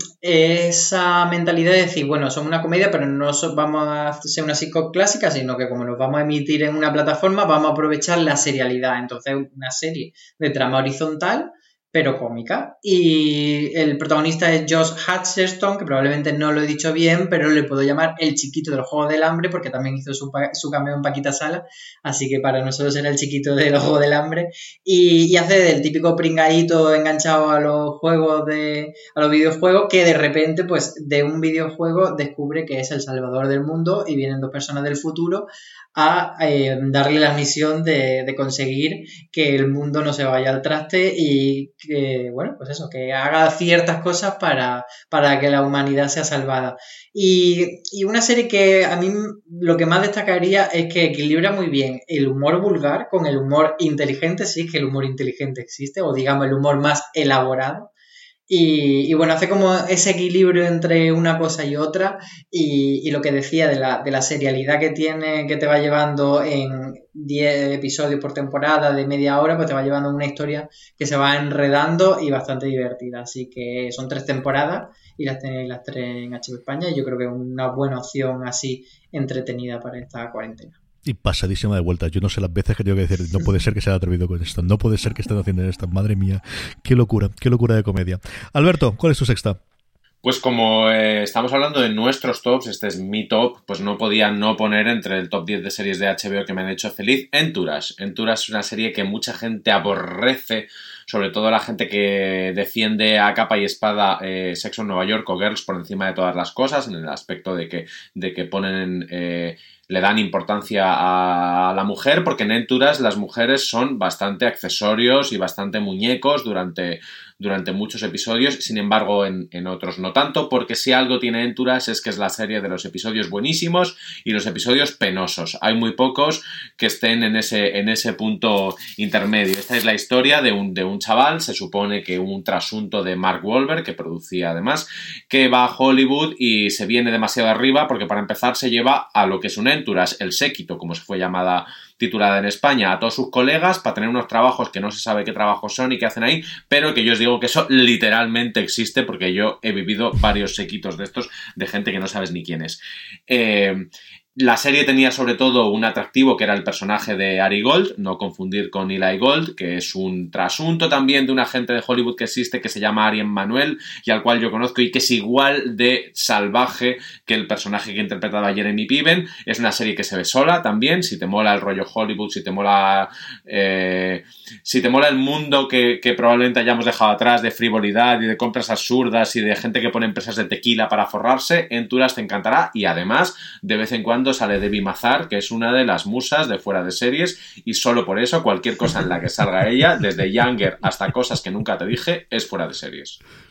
esa mentalidad de decir, bueno, somos una comedia, pero no so, vamos a ser una sitcom clásica, sino que como nos vamos a emitir en una plataforma, vamos a aprovechar la serialidad. Entonces, una serie de trama horizontal, pero cómica. Y el protagonista es Josh Hutcherson, que probablemente no lo he dicho bien, pero le puedo llamar el chiquito del Juego del Hambre, porque también hizo su, su cameo en Paquita Sala, así que para nosotros era el chiquito del Juego del Hambre. Y, y hace del típico pringadito enganchado a los juegos de, a los videojuegos, que de repente, pues, de un videojuego descubre que es el salvador del mundo y vienen dos personas del futuro a eh, darle la misión de, de conseguir que el mundo no se vaya al traste y que, bueno, pues eso, que haga ciertas cosas para, para que la humanidad sea salvada. Y, y una serie que a mí lo que más destacaría es que equilibra muy bien el humor vulgar con el humor inteligente, sí, que el humor inteligente existe, o digamos el humor más elaborado. Y, y bueno, hace como ese equilibrio entre una cosa y otra, y, y lo que decía de la, de la serialidad que tiene, que te va llevando en diez episodios por temporada de media hora, pues te va llevando una historia que se va enredando y bastante divertida. Así que son tres temporadas y las tenéis las tres en H B O España, y yo creo que es una buena opción así entretenida para esta cuarentena. Y pasadísima de vuelta. Yo no sé las veces que tengo que decir, no puede ser que se haya atrevido con esto, no puede ser que estén haciendo esto. Madre mía, qué locura, qué locura de comedia. Alberto, ¿cuál es tu sexta? Pues como eh, estamos hablando de nuestros tops, este es mi top, pues no podía no poner entre el top diez de series de H B O que me han hecho feliz Entourage. Entourage es una serie que mucha gente aborrece, sobre todo la gente que defiende a capa y espada eh, Sexo en Nueva York o Girls por encima de todas las cosas, en el aspecto de que, de que ponen... Eh, le dan importancia a la mujer, porque en Entourage las mujeres son bastante accesorios y bastante muñecos durante, durante muchos episodios, sin embargo en, en otros no tanto, porque si algo tiene Entourage es que es la serie de los episodios buenísimos y los episodios penosos. Hay muy pocos que estén en ese, en ese punto intermedio. Esta es la historia de un, de un chaval, se supone que un trasunto de Mark Wahlberg, que producía además, que va a Hollywood y se viene demasiado arriba, porque para empezar se lleva a lo que es un Entourage, el séquito, como se fue llamada, titulada en España, a todos sus colegas para tener unos trabajos que no se sabe qué trabajos son y qué hacen ahí, pero que yo os digo que eso literalmente existe, porque yo he vivido varios séquitos de estos de gente que no sabes ni quién es. Eh... La serie tenía sobre todo un atractivo que era el personaje de Ari Gold, no confundir con Eli Gold, que es un trasunto también de un agente de Hollywood que existe, que se llama Ari Emanuel y al cual yo conozco y que es igual de salvaje que el personaje que interpretaba Jeremy Piven. Es una serie que se ve sola también, si te mola el rollo Hollywood, si te mola eh, si te mola el mundo que, que probablemente hayamos dejado atrás de frivolidad y de compras absurdas y de gente que pone empresas de tequila para forrarse, Entourage te encantará. Y además de vez en cuando sale Debbie Mazar, que es una de las musas de fuera de series, y solo por eso cualquier cosa en la que salga ella, desde Younger hasta cosas que nunca te dije, es fuera de series.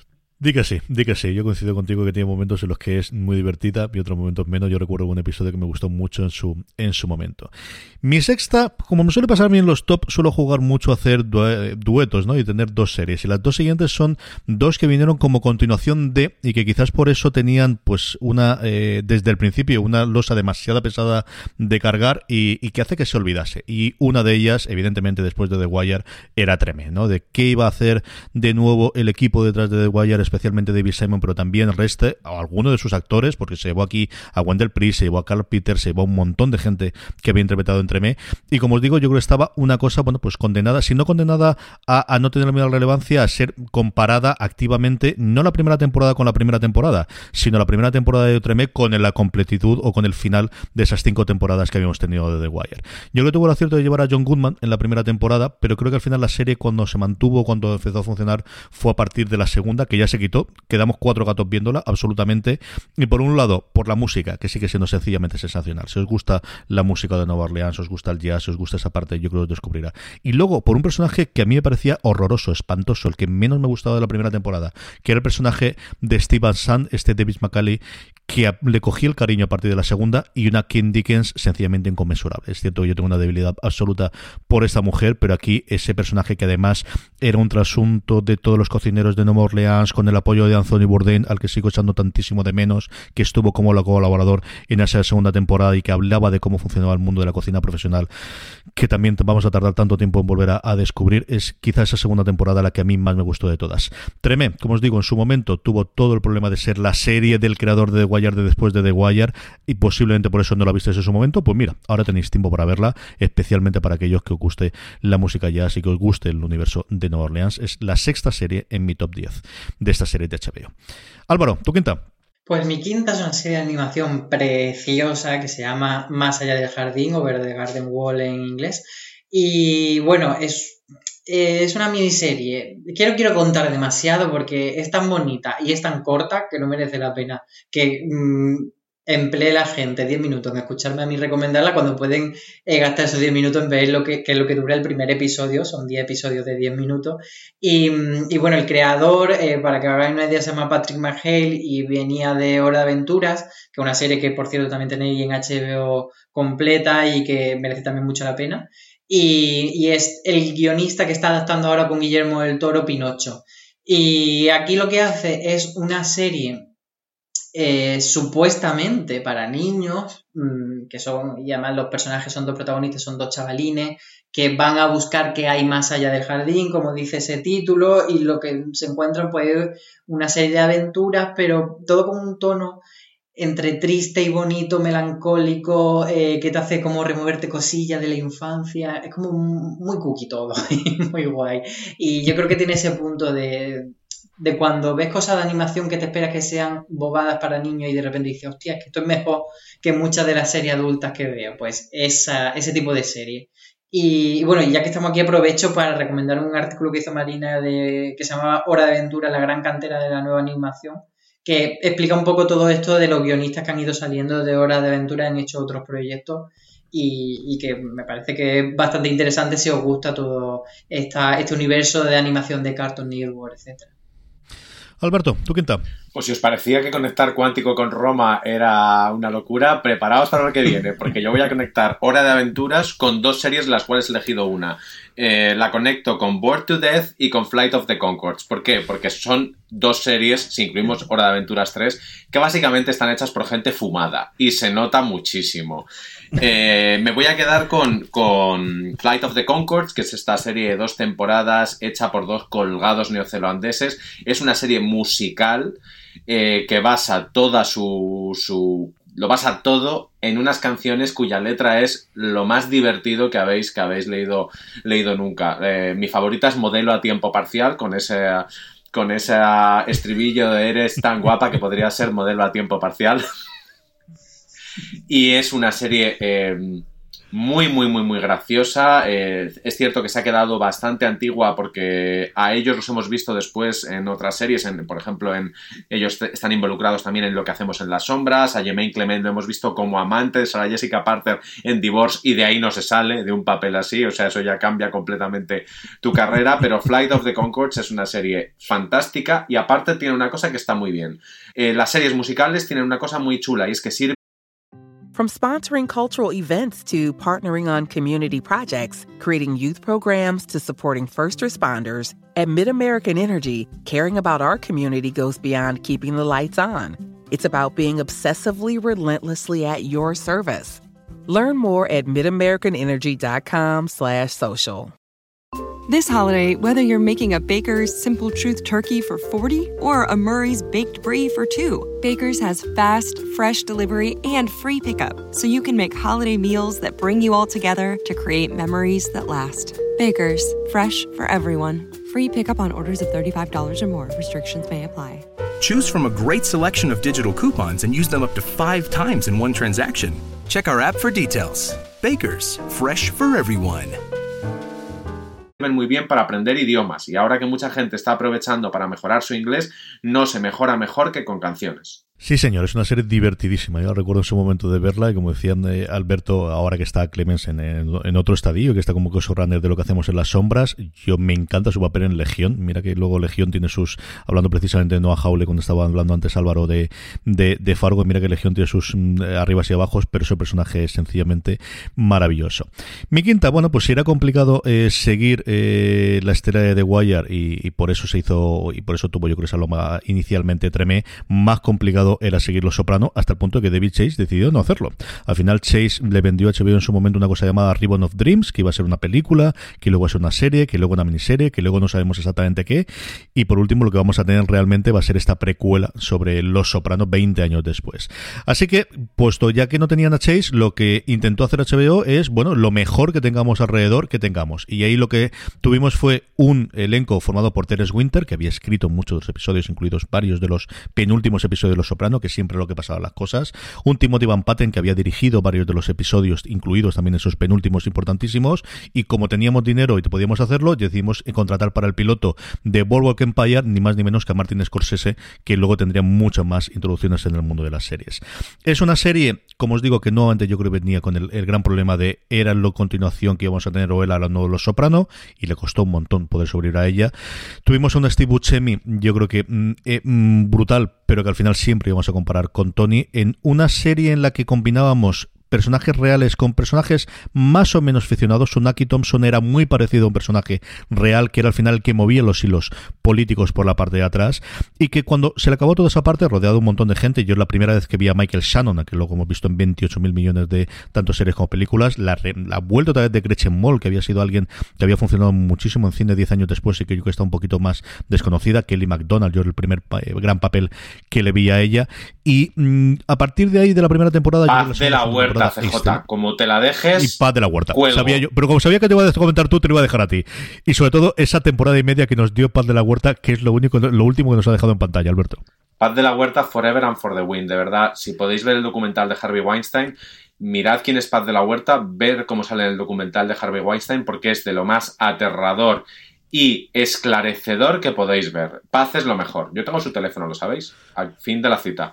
Di que sí, di que sí. Yo coincido contigo que tiene momentos en los que es muy divertida y otros momentos menos. Yo recuerdo un episodio que me gustó mucho en su, en su momento. Mi sexta, como me suele pasar a mí en los top, suelo jugar mucho a hacer du- duetos, ¿no? Y tener dos series. Y las dos siguientes son dos que vinieron como continuación de, y que quizás por eso tenían, pues, una, eh, desde el principio, una losa demasiado pesada de cargar y, y que hace que se olvidase. Y una de ellas, evidentemente, después de The Wire, era Treme, ¿no? De qué iba a hacer de nuevo el equipo detrás de The Wire, especialmente David Simon, pero también el resto, o alguno de sus actores, porque se llevó aquí a Wendell Priest, se llevó a Carl Peters, se llevó a un montón de gente que había interpretado en Treme, y como os digo, yo creo que estaba una cosa, bueno, pues condenada, si no condenada a, a no tener la misma relevancia, a ser comparada activamente, no la primera temporada con la primera temporada, sino la primera temporada de Treme con la completitud o con el final de esas cinco temporadas que habíamos tenido de The Wire. Yo creo que tuvo el acierto de llevar a John Goodman en la primera temporada, pero creo que al final la serie, cuando se mantuvo, cuando empezó a funcionar, fue a partir de la segunda, que ya se quitó, quedamos cuatro gatos viéndola, absolutamente, y por un lado, por la música, que sigue siendo sencillamente sensacional. Si os gusta la música de Nueva Orleans, os gusta el jazz, si os gusta esa parte, yo creo que os descubrirá. Y luego, por un personaje que a mí me parecía horroroso, espantoso, el que menos me gustaba de la primera temporada, que era el personaje de Steve Van Sant, este David McCauley, que le cogí el cariño a partir de la segunda, y una Kim Dickens sencillamente inconmensurable. Es cierto, yo tengo una debilidad absoluta por esta mujer, pero aquí ese personaje, que además era un trasunto de todos los cocineros de Nueva Orleans, con el apoyo de Anthony Bourdain, al que sigo echando tantísimo de menos, que estuvo como colaborador en esa segunda temporada y que hablaba de cómo funcionaba el mundo de la cocina profesional, que también vamos a tardar tanto tiempo en volver a, a descubrir. Es quizá esa segunda temporada la que a mí más me gustó de todas. Treme, como os digo, en su momento tuvo todo el problema de ser la serie del creador de The Wire de después de The Wire, y posiblemente por eso no la visteis en su momento. Pues mira, ahora tenéis tiempo para verla, especialmente para aquellos que os guste la música jazz y que os guste el universo de Nueva Orleans. Es la sexta serie en mi top diez de esta serie de H B O. Álvaro, ¿tu quinta? Pues mi quinta es una serie de animación preciosa que se llama Más allá del jardín, Over the Garden Wall en inglés. Y bueno, es, es una miniserie. Quiero, quiero contar demasiado porque es tan bonita y es tan corta que no merece la pena que mmm, emplee la gente diez minutos en escucharme a mí recomendarla, cuando pueden eh, gastar esos diez minutos en ver lo que, que es lo que dura el primer episodio. Son diez episodios de diez minutos. Y, y bueno, el creador, eh, para que hagáis una idea, se llama Patrick McHale y venía de Hora de Aventuras, que es una serie que, por cierto, también tenéis en H B O completa y que merece también mucho la pena. Y, y es el guionista que está adaptando ahora con Guillermo del Toro Pinocho. Y aquí lo que hace es una serie Eh, supuestamente para niños, mmm, que son, y además los personajes son dos protagonistas, son dos chavalines que van a buscar qué hay más allá del jardín, como dice ese título, y lo que se encuentran pues una serie de aventuras, pero todo con un tono entre triste y bonito, melancólico, eh, que te hace como removerte cosillas de la infancia. Es como muy cookie todo, muy guay. Y yo creo que tiene ese punto de... de cuando ves cosas de animación que te esperas que sean bobadas para niños y de repente dices, hostia, es que esto es mejor que muchas de las series adultas que veo. Pues esa, ese tipo de serie. Y, y bueno, ya que estamos aquí, aprovecho para recomendar un artículo que hizo Marina de, que se llama Hora de Aventura, la gran cantera de la nueva animación, que explica un poco todo esto de los guionistas que han ido saliendo de Hora de Aventura, han hecho otros proyectos. Y, y que me parece que es bastante interesante si os gusta todo esta, este universo de animación de Cartoon Network, etcétera. Alberto, ¿tú quinta? Pues si os parecía que conectar cuántico con Roma era una locura, preparaos para lo que viene, porque yo voy a conectar Hora de Aventuras con dos series, las cuales he elegido una. Eh, la conecto con Bored to Death y con Flight of the Conchords. ¿Por qué? Porque son dos series, si incluimos Hora de Aventuras tres, que básicamente están hechas por gente fumada y se nota muchísimo. Eh, me voy a quedar con, con Flight of the Conchords, que es esta serie de dos temporadas hecha por dos colgados neozelandeses. Es una serie musical eh, que basa toda su, su... lo basa todo en unas canciones cuya letra es lo más divertido que habéis, que habéis leído, leído nunca. Eh, mi favorita es Modelo a tiempo parcial, con ese, con ese estribillo de eres tan guapa que podría ser modelo a tiempo parcial. Y es una serie eh, Muy, muy, muy, muy graciosa. Eh, es cierto que se ha quedado bastante antigua porque a ellos los hemos visto después en otras series. En, por ejemplo, en ellos t- están involucrados también en Lo que hacemos en las sombras. A Jermaine Clement lo hemos visto como amante de Sarah Jessica Parker en Divorce y de ahí no se sale de un papel así. O sea, eso ya cambia completamente tu carrera. Pero Flight of the Conchords es una serie fantástica y aparte tiene una cosa que está muy bien. Eh, las series musicales tienen una cosa muy chula y es que sirve. From sponsoring cultural events to partnering on community projects, creating youth programs to supporting first responders, at MidAmerican Energy, caring about our community goes beyond keeping the lights on. It's about being obsessively relentlessly at your service. Learn more at midamericanenergy.com slash social. This holiday, whether you're making a Baker's Simple Truth turkey for forty or a Murray's Baked Brie for two, Baker's has fast, fresh delivery and free pickup, so you can make holiday meals that bring you all together to create memories that last. Baker's, fresh for everyone. Free pickup on orders of thirty-five dollars or more. Restrictions may apply. Choose from a great selection of digital coupons and use them up to five times in one transaction. Check our app for details. Baker's, fresh for everyone. Muy bien para aprender idiomas y ahora que mucha gente está aprovechando para mejorar su inglés, no se mejora mejor que con canciones. Sí, señor, es una serie divertidísima. Yo recuerdo en su momento de verla y como decían eh, Alberto, ahora que está Clemens en, en, en otro estadio, que está como showrunner de Lo que hacemos en las sombras, yo me encanta su papel en Legión. Mira que luego Legión tiene sus, hablando precisamente de Noah Hawley, cuando estaba hablando antes Álvaro de, de, de Fargo, mira que Legión tiene sus mm, arribas y abajos, pero ese personaje es sencillamente maravilloso. Mi quinta, bueno, pues si era complicado eh, seguir eh, la estela de The Wire y, y por eso se hizo, y por eso tuvo yo creo esa loma inicialmente Tremé, más complicado era seguir Los Soprano, hasta el punto que David Chase decidió no hacerlo. Al final Chase le vendió a H B O en su momento una cosa llamada Ribbon of Dreams, que iba a ser una película, que luego iba a ser una serie, que luego una miniserie, que luego no sabemos exactamente qué, y por último lo que vamos a tener realmente va a ser esta precuela sobre Los Soprano veinte años después. Así que, puesto ya que no tenían a Chase, lo que intentó hacer H B O es, bueno, lo mejor que tengamos alrededor que tengamos, y ahí lo que tuvimos fue un elenco formado por Terence Winter, que había escrito muchos de los episodios, incluidos varios de los penúltimos episodios de Los Soprano, que siempre es lo que pasaban las cosas, un Timothy Van Patten que había dirigido varios de los episodios, incluidos también esos penúltimos importantísimos, y como teníamos dinero y podíamos hacerlo, decidimos contratar para el piloto de Boardwalk Empire ni más ni menos que a Martin Scorsese, que luego tendría muchas más introducciones en el mundo de las series. Es una serie, como os digo, que no antes yo creo que venía con el, el gran problema de era la continuación que íbamos a tener o era la nueva Los Soprano, y le costó un montón poder sobrevivir a ella. Tuvimos a un Steve Buscemi, yo creo que mm, eh, mm, brutal, pero que al final siempre íbamos a comparar con Tony, en una serie en la que combinábamos personajes reales con personajes más o menos ficcionados. Unaki Thompson era muy parecido a un personaje real, que era al final el que movía los hilos políticos por la parte de atrás, y que cuando se le acabó toda esa parte, rodeado de un montón de gente, yo es la primera vez que vi a Michael Shannon, a que luego hemos visto en veintiocho mil millones de tanto series como películas, la, la vuelta otra vez de Gretchen Mol, que había sido alguien que había funcionado muchísimo en cine diez años después y que yo creo que está un poquito más desconocida. Kelly MacDonald, yo era el primer eh, gran papel que le vi a ella, y mmm, a partir de ahí, de la primera temporada, Paz yo de la Huerta, C J, como te la dejes, y Paz de la Huerta, sabía yo, pero como sabía que te iba a comentar tú, te lo iba a dejar a ti, y sobre todo esa temporada y media que nos dio Paz de la Huerta, que es lo único, lo último que nos ha dejado en pantalla, Alberto. Paz de la Huerta, Forever and for the Win, de verdad. Si podéis ver el documental de Harvey Weinstein, mirad quién es Paz de la Huerta, ver cómo sale el documental de Harvey Weinstein, porque es de lo más aterrador y esclarecedor que podéis ver. Paz es lo mejor. Yo tengo su teléfono, ¿lo sabéis? Al fin de la cita.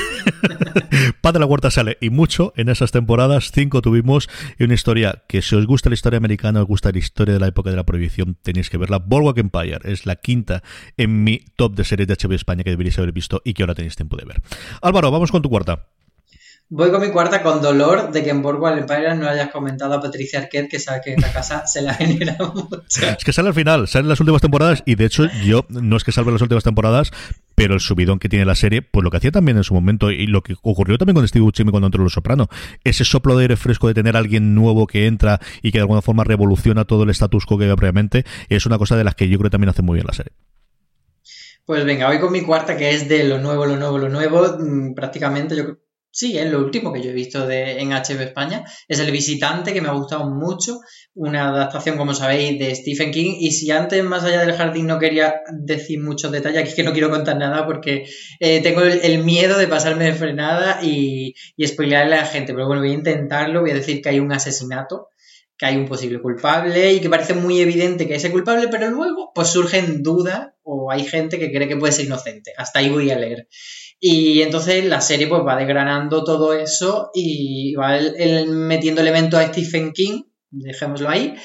Paz de la Huerta sale, y mucho en esas temporadas. Cinco tuvimos, y una historia que, si os gusta la historia americana, os gusta la historia de la época de la prohibición, tenéis que verla. Boardwalk Empire es la quinta en mi top de series de H B O España que deberíais haber visto y que ahora tenéis tiempo de ver. Álvaro, vamos con tu cuarta. Voy con mi cuarta, con dolor de que en Boardwalk Empire no hayas comentado a Patricia Arquette, que sabe que en la casa se la genera mucho. Es que sale al final, sale en las últimas temporadas, y de hecho yo, no es que salve las últimas temporadas, pero el subidón que tiene la serie, pues lo que hacía también en su momento, y lo que ocurrió también con Steve Buscemi cuando entró en Los Soprano, ese soplo de aire fresco de tener a alguien nuevo que entra y que de alguna forma revoluciona todo el status quo que había previamente, es una cosa de las que yo creo que también hace muy bien la serie. Pues venga, voy con mi cuarta, que es de lo nuevo, lo nuevo, lo nuevo, prácticamente yo Sí, es lo último que yo he visto de, en H B O España. Es El Visitante, que me ha gustado mucho. Una adaptación, como sabéis, de Stephen King. Y si antes, más allá del jardín, no quería decir muchos detalles, aquí es que no quiero contar nada porque eh, tengo el, el miedo de pasarme de frenada y, y spoilearle a la gente. Pero bueno, voy a intentarlo. Voy a decir que hay un asesinato, que hay un posible culpable y que parece muy evidente que es el culpable, pero luego pues surgen dudas o hay gente que cree que puede ser inocente. Hasta ahí voy a leer. Y entonces la serie pues va desgranando todo eso y va el, el metiendo elementos a Stephen King, dejémoslo ahí.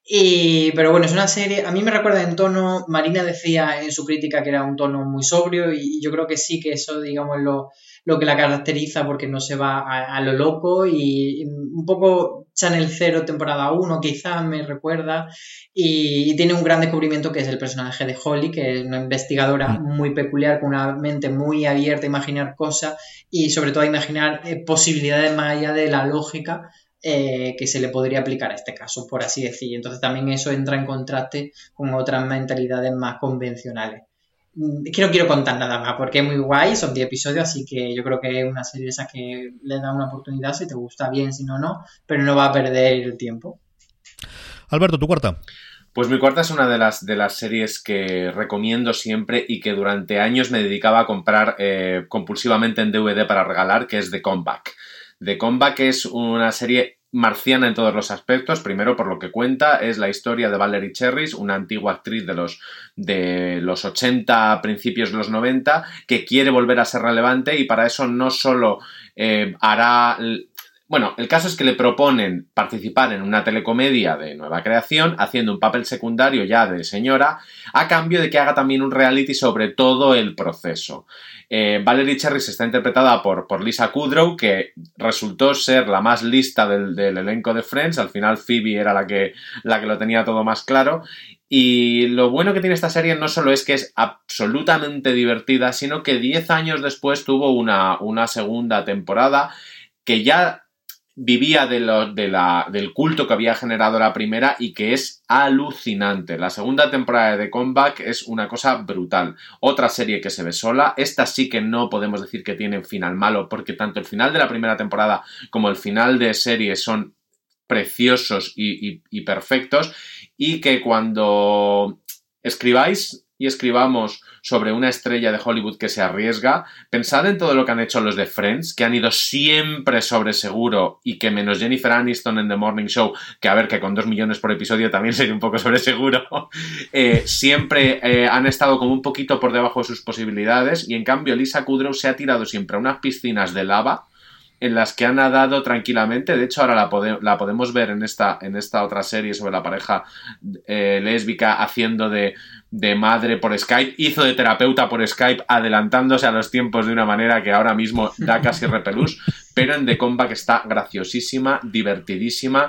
Y, pero bueno, es una serie, a mí me recuerda en tono, Marina decía en su crítica que era un tono muy sobrio y yo creo que sí que eso, digamos, lo, lo que la caracteriza porque no se va a, a lo loco y un poco Channel Zero temporada uno quizás me recuerda y, y tiene un gran descubrimiento que es el personaje de Holly, que es una investigadora muy peculiar con una mente muy abierta a imaginar cosas y sobre todo a imaginar eh, posibilidades más allá de la lógica Eh, que se le podría aplicar a este caso, por así decir. Entonces también eso entra en contraste con otras mentalidades más convencionales. Es que no quiero contar nada más porque es muy guay, son diez episodios, así que yo creo que es una serie de esas que le da una oportunidad, si te gusta bien, si no, no, pero no va a perder el tiempo. Alberto, ¿tu cuarta? Pues mi cuarta es una de las, de las series que recomiendo siempre y que durante años me dedicaba a comprar eh, compulsivamente en D V D para regalar, que es The Comeback. The Comeback es una serie marciana en todos los aspectos. Primero, por lo que cuenta, es la historia de Valerie Cherries, una antigua actriz de los, de los ochenta, principios de los noventa, que quiere volver a ser relevante y para eso no solo eh, hará... Bueno, el caso es que le proponen participar en una telecomedia de nueva creación, haciendo un papel secundario ya de señora, a cambio de que haga también un reality sobre todo el proceso. Eh, Valerie Cherries está interpretada por, por Lisa Kudrow, que resultó ser la más lista del, del elenco de Friends. Al final Phoebe era la que, la que lo tenía todo más claro. Y lo bueno que tiene esta serie no solo es que es absolutamente divertida, sino que diez años después tuvo una, una segunda temporada que ya vivía de lo, de la, del culto que había generado la primera y que es alucinante. La segunda temporada de The Comeback es una cosa brutal. Otra serie que se ve sola. Esta sí que no podemos decir que tiene final malo, porque tanto el final de la primera temporada como el final de serie son preciosos y, y, y perfectos, y que cuando escribáis y escribamos sobre una estrella de Hollywood que se arriesga, pensad en todo lo que han hecho los de Friends, que han ido siempre sobre seguro y que menos Jennifer Aniston en The Morning Show, que a ver, que con dos millones por episodio también sería un poco sobre seguro, eh, siempre eh, han estado como un poquito por debajo de sus posibilidades y en cambio Lisa Kudrow se ha tirado siempre a unas piscinas de lava en las que ha nadado tranquilamente. De hecho, ahora la, pode- la podemos ver en esta, en esta otra serie sobre la pareja eh, lésbica haciendo de, de madre por Skype. Hizo de terapeuta por Skype, adelantándose a los tiempos de una manera que ahora mismo da casi repelús. Pero en The Comeback está graciosísima, divertidísima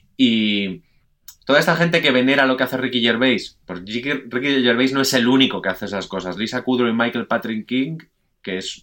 y... Toda esta gente que venera lo que hace Ricky Gervais, pues Ricky, Ricky Gervais no es el único que hace esas cosas. Lisa Kudrow y Michael Patrick King, que es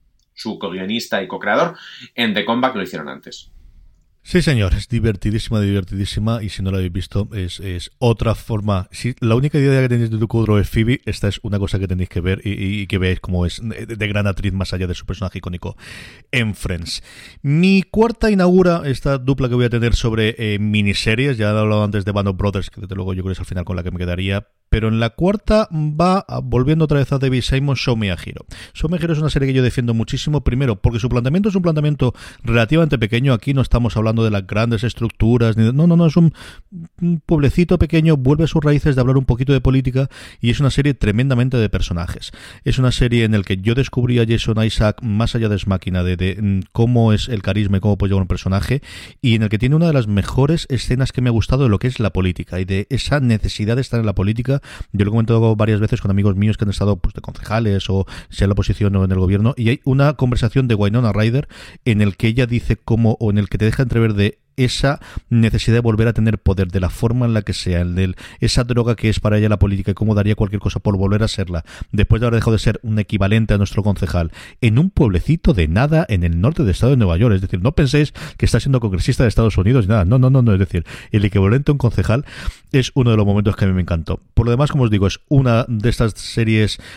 su co-guionista y co-creador, en The Comeback lo hicieron antes. Sí, señor, es divertidísima, divertidísima, y si no lo habéis visto, es, es otra forma. Si la única idea que tenéis de tu Kudrow es Phoebe, esta es una cosa que tenéis que ver y, y que veáis cómo es de, de gran actriz más allá de su personaje icónico en Friends. Mi cuarta inaugura esta dupla que voy a tener sobre eh, miniseries. Ya he hablado antes de Band of Brothers, que desde luego yo creo que es al final con la que me quedaría. Pero en la cuarta va, volviendo otra vez a David Simon, Show Me a Hero. Show Me a Hero es una serie que yo defiendo muchísimo, primero porque su planteamiento es un planteamiento relativamente pequeño. Aquí no estamos hablando de las grandes estructuras, ni de, no, no, no, es un, un pueblecito pequeño, vuelve a sus raíces de hablar un poquito de política y es una serie tremendamente de personajes. Es una serie en la que yo descubrí a Jason Isaac más allá de Ex Machina, de, de cómo es el carisma y cómo puede llevar un personaje, y en el que tiene una de las mejores escenas que me ha gustado de lo que es la política y de esa necesidad de estar en la política. Yo lo he comentado varias veces con amigos míos que han estado pues, de concejales o sea en la oposición o en el gobierno, y hay una conversación de Winona Ryder en el que ella dice cómo, o en el que te deja entrever de esa necesidad de volver a tener poder, de la forma en la que sea, el de esa droga que es para ella la política y cómo daría cualquier cosa por volver a serla, después de haber dejado de ser un equivalente a nuestro concejal, en un pueblecito de nada en el norte del estado de Nueva York. Es decir, no penséis que está siendo congresista de Estados Unidos y nada, no, no, no, no, es decir, el equivalente a un concejal es uno de los momentos que a mí me encantó. Por lo demás, como os digo, es una de estas series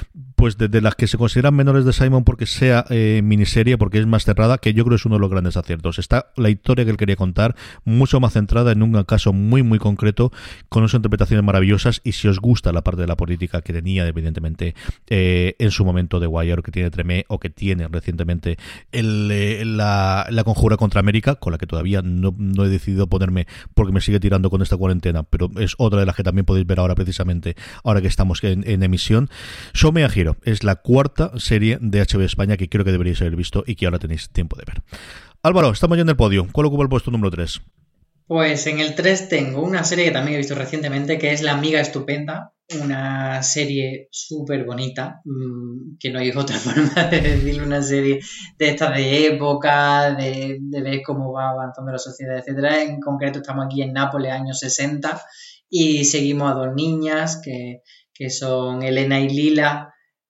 pues de, de las que se consideran menores de Simon porque sea eh, miniserie, porque es más cerrada, que yo creo es uno de los grandes aciertos. Está la historia que él quería contar, mucho más centrada en un caso muy muy concreto, con unas interpretaciones maravillosas, y si os gusta la parte de la política que tenía evidentemente eh, en su momento The Wire, o que tiene Tremé, o que tiene recientemente el, eh, la, la Conjura contra América, con la que todavía no, no he decidido ponerme porque me sigue tirando con esta cuarentena, pero es otra de las que también podéis ver ahora precisamente, ahora que estamos en, en emisión. Show Me a Hero es la cuarta serie de H B O España que creo que deberíais haber visto y que ahora tenéis tiempo de ver. Álvaro, estamos ya en el podio. ¿Cuál ocupa el puesto número tres? Pues en el tres tengo una serie que también he visto recientemente, que es La Amiga Estupenda, una serie súper bonita, mmm, que no hay otra forma de decirlo, una serie de estas de época, de, de ver cómo va avanzando la sociedad, etcétera. En concreto estamos aquí en Nápoles, años sesenta, y seguimos a dos niñas que, que son Elena y Lila,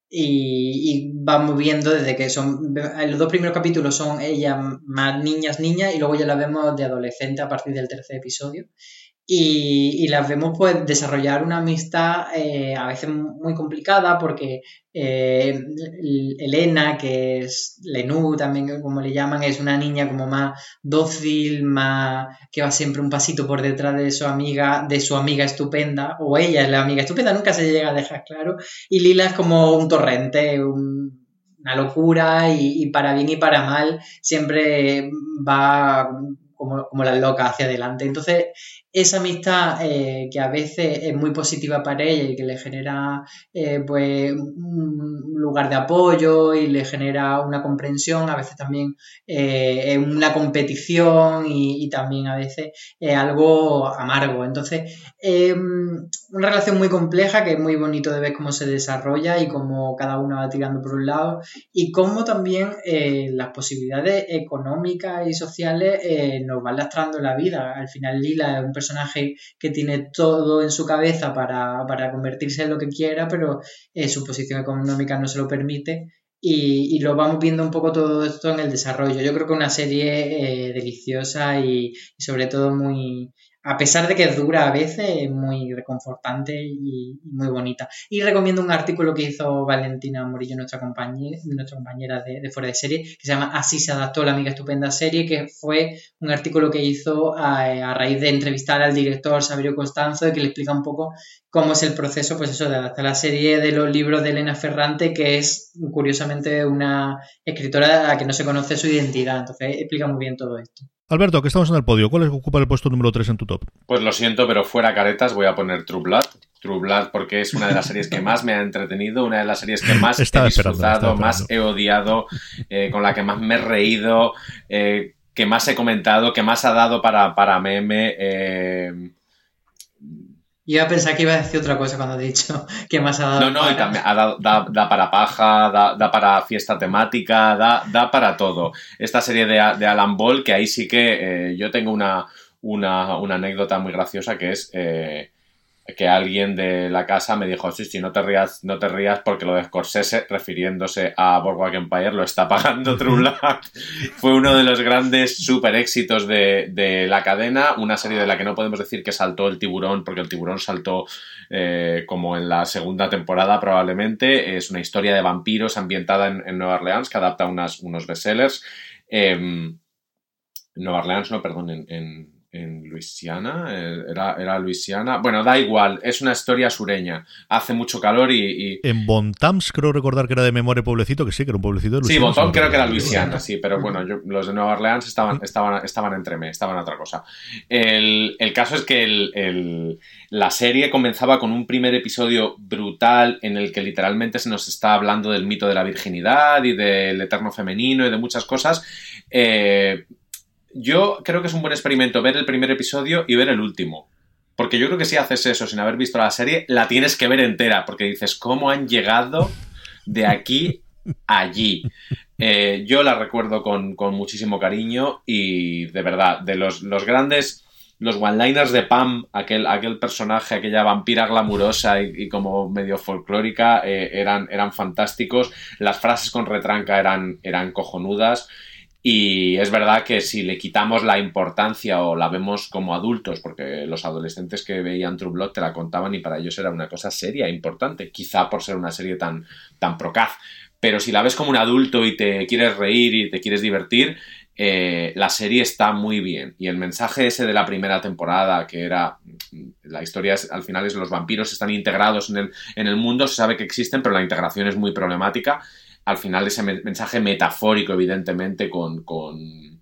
y, y vamos viendo desde que son, los dos primeros capítulos son ellas más niñas, niñas, y luego ya las vemos de adolescente a partir del tercer episodio. Y, y las vemos pues desarrollar una amistad eh, a veces muy complicada porque eh, Elena, que es Lenú también como le llaman, es una niña como más dócil, más que va siempre un pasito por detrás de su amiga, de su amiga estupenda, o ella es la amiga estupenda, nunca se llega a dejar claro, y Lila es como un torrente, un, una locura, y, y para bien y para mal siempre va como, como la loca hacia adelante. Entonces esa amistad eh, que a veces es muy positiva para ella y que le genera eh, pues un lugar de apoyo y le genera una comprensión, a veces también eh, es una competición y, y también a veces es algo amargo. Entonces eh, una relación muy compleja que es muy bonito de ver cómo se desarrolla y cómo cada uno va tirando por un lado, y cómo también eh, las posibilidades económicas y sociales eh, nos van lastrando la vida. Al final Lila es un personaje que tiene todo en su cabeza para, para convertirse en lo que quiera, pero eh, su posición económica no se lo permite, y, y lo vamos viendo un poco todo esto en el desarrollo. Yo creo que es una serie eh, deliciosa y, y sobre todo muy, a pesar de que es dura a veces, es muy reconfortante y, y muy bonita. Y recomiendo un artículo que hizo Valentina Morillo, nuestra compañera, nuestra compañera de, de Fuera de Serie, que se llama Así se adaptó La Amiga Estupenda serie, que fue un artículo que hizo a, a raíz de entrevistar al director Saverio Costanzo, y que le explica un poco cómo es el proceso, pues eso, de adaptar la serie de los libros de Elena Ferrante, que es curiosamente una escritora a la que no se conoce su identidad. Entonces explica muy bien todo esto. Alberto, que estamos en el podio, ¿cuál es ocupa el puesto número tres en tu top? Pues lo siento, pero fuera caretas, voy a poner True Blood. True Blood porque es una de las series que más me ha entretenido, una de las series que más he disfrutado, más he odiado, eh, con la que más me he reído, eh, que más he comentado, que más ha dado para, para meme. Eh... Yo iba a pensar que iba a decir otra cosa cuando he dicho que más ha dado. No, no, para... y también ha dado, da, da para paja, da, da para fiesta temática, da, da para todo. Esta serie de, de Alan Ball, que ahí sí que eh, yo tengo una, una, una anécdota muy graciosa, que es eh, que alguien de la casa me dijo, sí, sí, no te rías, no te rías porque lo de Scorsese, refiriéndose a Boardwalk Empire, lo está pagando True Blood. Fue uno de los grandes super éxitos de, de la cadena, una serie de la que no podemos decir que saltó el tiburón, porque el tiburón saltó eh, como en la segunda temporada probablemente. Es una historia de vampiros ambientada en, en Nueva Orleans, que adapta unas, unos bestsellers. Eh, Nueva Orleans, no, perdón, en... en en Luisiana, era, era Luisiana, bueno, da igual, es una historia sureña, hace mucho calor y... y... En Bonthams creo recordar que era de memoria pueblecito, que sí, que era un pueblecito de Luisiana. Sí, Bontham creo que era Luisiana, sí, pero bueno, yo, los de Nueva Orleans estaban, estaban, estaban entre mí, estaban otra cosa. El, el caso es que el, el, la serie comenzaba con un primer episodio brutal en el que literalmente se nos está hablando del mito de la virginidad y del eterno femenino y de muchas cosas. Eh... Yo creo que es un buen experimento ver el primer episodio y ver el último. Porque yo creo que si haces eso sin haber visto la serie, la tienes que ver entera. Porque dices, ¿cómo han llegado de aquí a allí? Eh, yo la recuerdo con, con muchísimo cariño y, de verdad, de los, los grandes... Los one-liners de Pam, aquel, aquel personaje, aquella vampira glamurosa y, y como medio folclórica, eh, eran, eran fantásticos. Las frases con retranca eran, eran cojonudas. Y es verdad que si le quitamos la importancia o la vemos como adultos, porque los adolescentes que veían True Blood te la contaban y para ellos era una cosa seria, importante, quizá por ser una serie tan, tan procaz. Pero si la ves como un adulto y te quieres reír y te quieres divertir, eh, la serie está muy bien. Y el mensaje ese de la primera temporada, que era, la historia es, al final es los vampiros están integrados en el, en el mundo, se sabe que existen, pero la integración es muy problemática. Al final ese mensaje metafórico, evidentemente, con, con,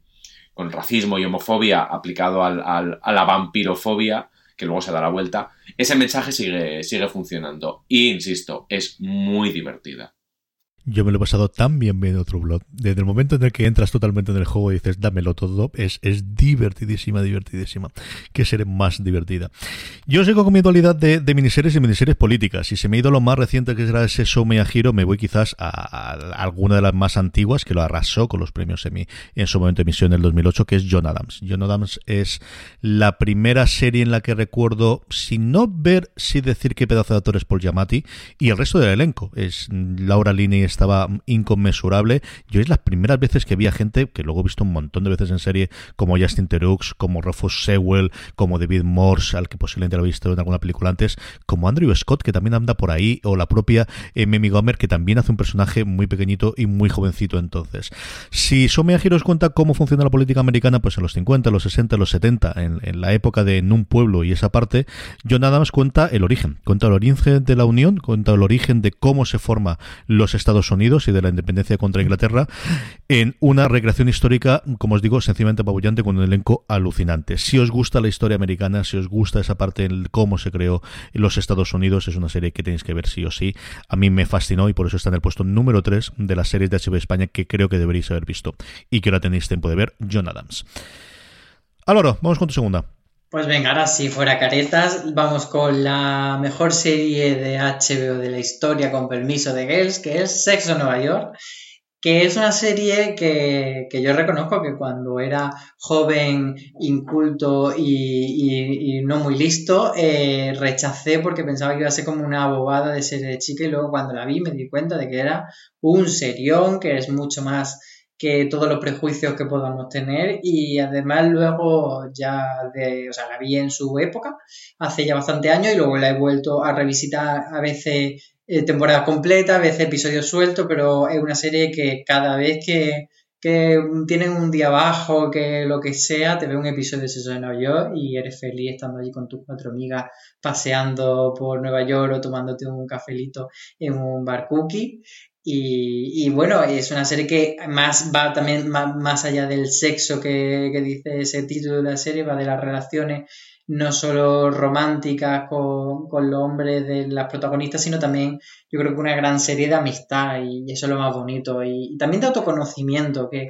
con racismo y homofobia aplicado al, al, a la vampirofobia, que luego se da la vuelta, ese mensaje sigue, sigue funcionando. Y, insisto, es muy divertida. Yo me lo he pasado tan bien viendo True Blood. Desde el momento en el que entras totalmente en el juego y dices, dámelo todo, es, es divertidísima, divertidísima. Qué serie más divertida. Yo sigo con mi dualidad de, de miniseries y miniseries políticas. Y se me ha ido lo más reciente, que será ese Show Me a Hero, me voy quizás a, a, a alguna de las más antiguas, que lo arrasó con los premios Emmy en su momento de emisión en el dos mil ocho, que es John Adams. John Adams es la primera serie en la que recuerdo, sin no ver, sí decir qué pedazo de actor es Paul Giamatti, y el resto del elenco. Es Laura Linney, estaba inconmensurable. Yo es las primeras veces que vi a gente que luego he visto un montón de veces en serie, como Justin Theroux, como Rufus Sewell, como David Morse, al que posiblemente lo he visto en alguna película antes, como Andrew Scott, que también anda por ahí, o la propia eh, Mamie Gomer, que también hace un personaje muy pequeñito y muy jovencito entonces. Si Show Me a Hero os cuenta cómo funciona la política americana, pues en los cincuenta, los sesenta, los setenta, en, en la época de En un pueblo y esa parte, John Adams cuenta el origen, cuenta el origen de la Unión, cuenta el origen de cómo se forma los Estados Unidos y de la independencia contra Inglaterra, en una recreación histórica, como os digo, sencillamente apabullante, con un elenco alucinante. Si os gusta la historia americana, si os gusta esa parte en cómo se creó los Estados Unidos, es una serie que tenéis que ver sí o sí. A mí me fascinó y por eso está en el puesto número tres de las series de H B O España que creo que deberéis haber visto y que ahora tenéis tiempo de ver, John Adams. Álvaro, vamos con tu segunda. Pues venga, ahora sí, fuera caretas, vamos con la mejor serie de H B O de la historia, con permiso de Girls, que es Sexo en Nueva York, que es una serie que, que yo reconozco que cuando era joven, inculto y, y, y no muy listo, eh, rechacé porque pensaba que iba a ser como una bobada de serie de chica, y luego cuando la vi me di cuenta de que era un serión, que es mucho más que todos los prejuicios que podamos tener, y además luego ya de, o sea, la vi en su época, hace ya bastante años, y luego la he vuelto a revisitar a veces eh, temporada completa, a veces episodios sueltos, pero es una serie que cada vez que, que tienen un día bajo, que lo que sea, te ve un episodio de Sexo en Nueva York y eres feliz estando allí con tus cuatro amigas paseando por Nueva York o tomándote un cafelito en un bar cookie. Y, y bueno, es una serie que más va también más, más allá del sexo que, que dice ese título de la serie, va de las relaciones no solo románticas con, con los hombres de las protagonistas, sino también yo creo que una gran serie de amistad, y eso es lo más bonito, y, y también de autoconocimiento, que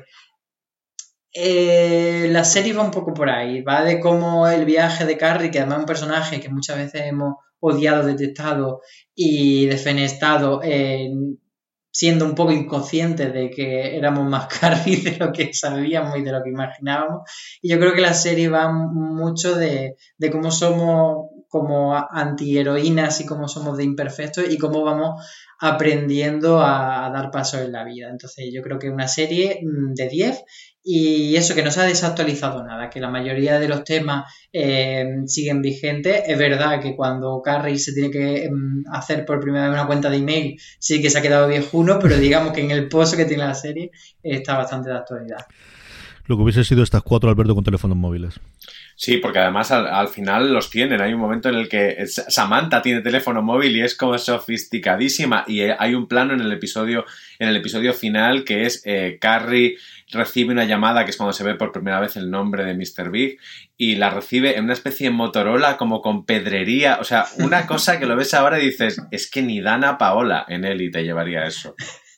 eh, la serie va un poco por ahí, va de cómo el viaje de Carrie, que además es un personaje que muchas veces hemos odiado, detestado y defenestado, eh, siendo un poco inconscientes de que éramos más Carrie de lo que sabíamos y de lo que imaginábamos. Y yo creo que la serie va mucho de, de cómo somos como antiheroínas y cómo somos de imperfectos y cómo vamos aprendiendo a, a dar pasos en la vida. Entonces yo creo que es una serie de diez, y eso, que no se ha desactualizado nada, que la mayoría de los temas eh, siguen vigentes. Es verdad que cuando Carrie se tiene que eh, hacer por primera vez una cuenta de email, sí que se ha quedado viejuno, pero digamos que en el pozo que tiene la serie eh, está bastante de actualidad. Lo que hubiese sido estas cuatro, Alberto, con teléfonos móviles. Sí, porque además al, al final los tienen. Hay un momento en el que Samantha tiene teléfono móvil y es como sofisticadísima, y hay un plano en el episodio en el episodio final que es eh, Carrie recibe una llamada, que es cuando se ve por primera vez el nombre de míster Big, y la recibe en una especie de Motorola como con pedrería, o sea, una cosa que lo ves ahora y dices, es que ni Dana Paola en Élite llevaría eso.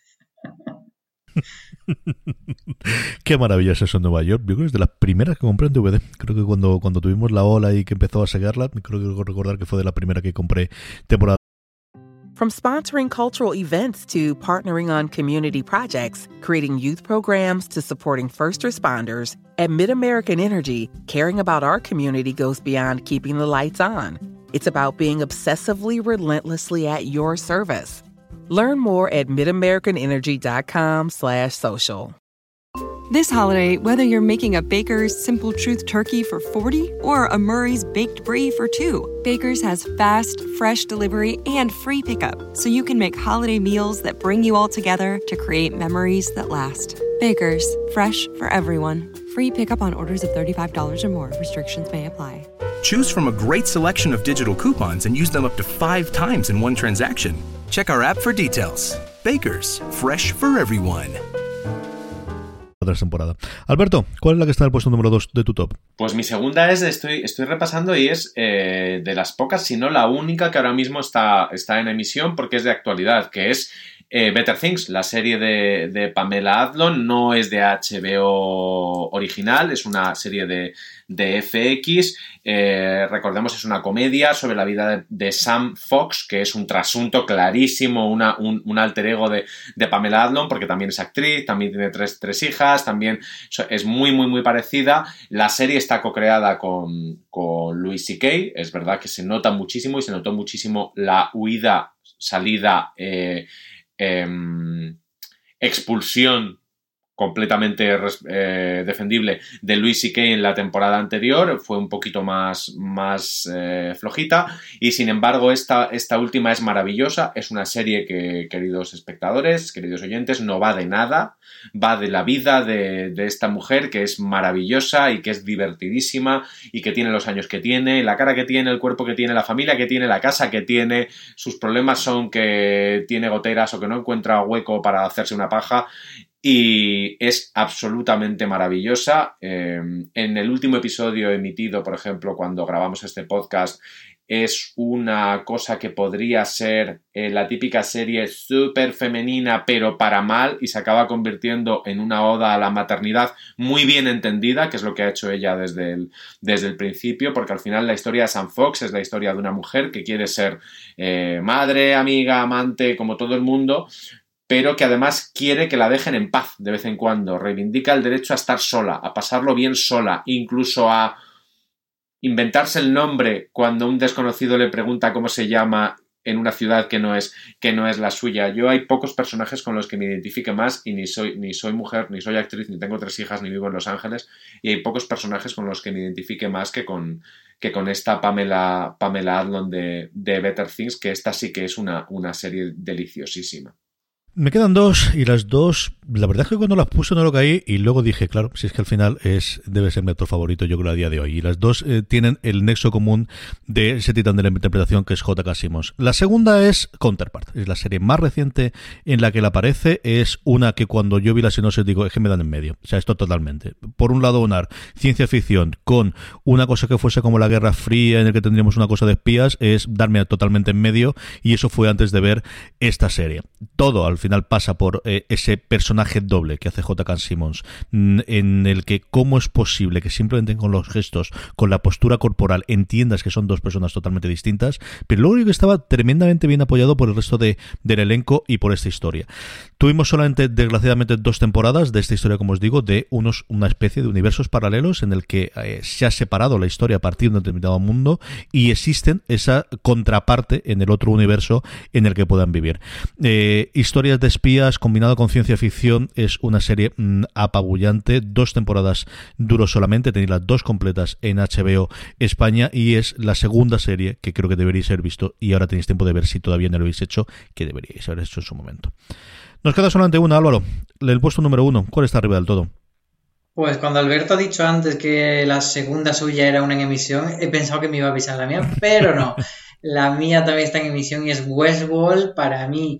Qué maravilla es eso en Nueva York. Yo creo que es de las primeras que compré en D V D. Creo que cuando, cuando tuvimos la ola y que empezó a seguirla, creo que recordar que fue de la primera que compré temporada. From sponsoring cultural events to partnering on community projects, creating youth programs to supporting first responders, at MidAmerican Energy, caring about our community goes beyond keeping the lights on. It's about being obsessively relentlessly at your service. Learn more at midamericanenergy.com slash social. This holiday, whether you're making a Baker's Simple Truth turkey for forty or a Murray's Baked Brie for two, Baker's has fast, fresh delivery and free pickup, so you can make holiday meals that bring you all together to create memories that last. Baker's, fresh for everyone. Free pickup on orders of thirty-five dollars or more. Restrictions may apply. Choose from a great selection of digital coupons and use them up to five times in one transaction. Check our app for details. Baker's, fresh for everyone. Temporada. Alberto, ¿cuál es la que está en el puesto número dos de tu top? Pues mi segunda es, estoy, estoy repasando y es eh, de las pocas, si no la única que ahora mismo está, está en emisión porque es de actualidad, que es eh, Better Things, la serie de, de Pamela Adlon. No es de H B O original, es una serie de, de F X. Eh, recordemos, es una comedia sobre la vida de, de Sam Fox, que es un trasunto clarísimo, una, un, un alter ego de, de Pamela Adlon, porque también es actriz, también tiene tres, tres hijas, también es muy, muy, muy parecida. La serie está co-creada con, con Louis C K. Es verdad que se nota muchísimo y se notó muchísimo la huida, salida, eh, eh, expulsión completamente eh, defendible de Louis C K en la temporada anterior. Fue un poquito más, más eh, flojita y sin embargo esta, esta última es maravillosa. Es una serie que, queridos espectadores, queridos oyentes, no va de nada, va de la vida de, de esta mujer que es maravillosa y que es divertidísima y que tiene los años que tiene, la cara que tiene, el cuerpo que tiene, la familia que tiene, la casa que tiene. Sus problemas son que tiene goteras o que no encuentra hueco para hacerse una paja. Y es absolutamente maravillosa. Eh, en el último episodio emitido, por ejemplo, cuando grabamos este podcast, es una cosa que podría ser eh, la típica serie súper femenina, pero para mal, y se acaba convirtiendo en una oda a la maternidad muy bien entendida, que es lo que ha hecho ella desde el, desde el principio, porque al final la historia de Sam Fox es la historia de una mujer que quiere ser eh, madre, amiga, amante, como todo el mundo, pero que además quiere que la dejen en paz de vez en cuando. Reivindica el derecho a estar sola, a pasarlo bien sola, incluso a inventarse el nombre cuando un desconocido le pregunta cómo se llama en una ciudad que no es, que no es la suya. Yo hay pocos personajes con los que me identifique más y ni soy, ni soy mujer, ni soy actriz, ni tengo tres hijas, ni vivo en Los Ángeles, y hay pocos personajes con los que me identifique más que con, que con esta Pamela, Pamela Adlon de, de Better Things, que esta sí que es una, una serie deliciosísima. Me quedan dos y las dos, la verdad es que cuando las puse no lo caí y luego dije, claro, si es que al final es debe ser mi actor favorito, yo creo, a día de hoy. Y las dos eh, tienen el nexo común de ese titán de la interpretación que es J K. Simmons. La segunda es Counterpart, es la serie más reciente en la que él aparece. Es una que cuando yo vi la sinopsis digo, es que me dan en medio. O sea, esto totalmente. Por un lado, una ciencia ficción con una cosa que fuese como la Guerra Fría, en el que tendríamos una cosa de espías, es darme totalmente en medio, y eso fue antes de ver esta serie. Todo al final pasa por eh, ese personaje doble que hace J K. Simmons, en el que cómo es posible que simplemente con los gestos, con la postura corporal, entiendas que son dos personas totalmente distintas, pero luego que estaba tremendamente bien apoyado por el resto de, del elenco y por esta historia. Tuvimos solamente, desgraciadamente, dos temporadas de esta historia, como os digo, de unos una especie de universos paralelos en el que eh, se ha separado la historia a partir de un determinado mundo y existen esa contraparte en el otro universo en el que puedan vivir. Eh, historias de espías combinado con ciencia ficción, es una serie mmm, apabullante. Dos temporadas duró solamente, tenéis las dos completas en H B O España y es la segunda serie que creo que deberíais haber visto y ahora tenéis tiempo de ver si todavía no lo habéis hecho, que deberíais haber hecho en su momento. Nos queda solamente una, Álvaro. El puesto número uno, ¿cuál está arriba del todo? Pues cuando Alberto ha dicho antes que la segunda suya era una en emisión, he pensado que me iba a avisar la mía, pero no. La mía también está en emisión y es Westworld. Para mí,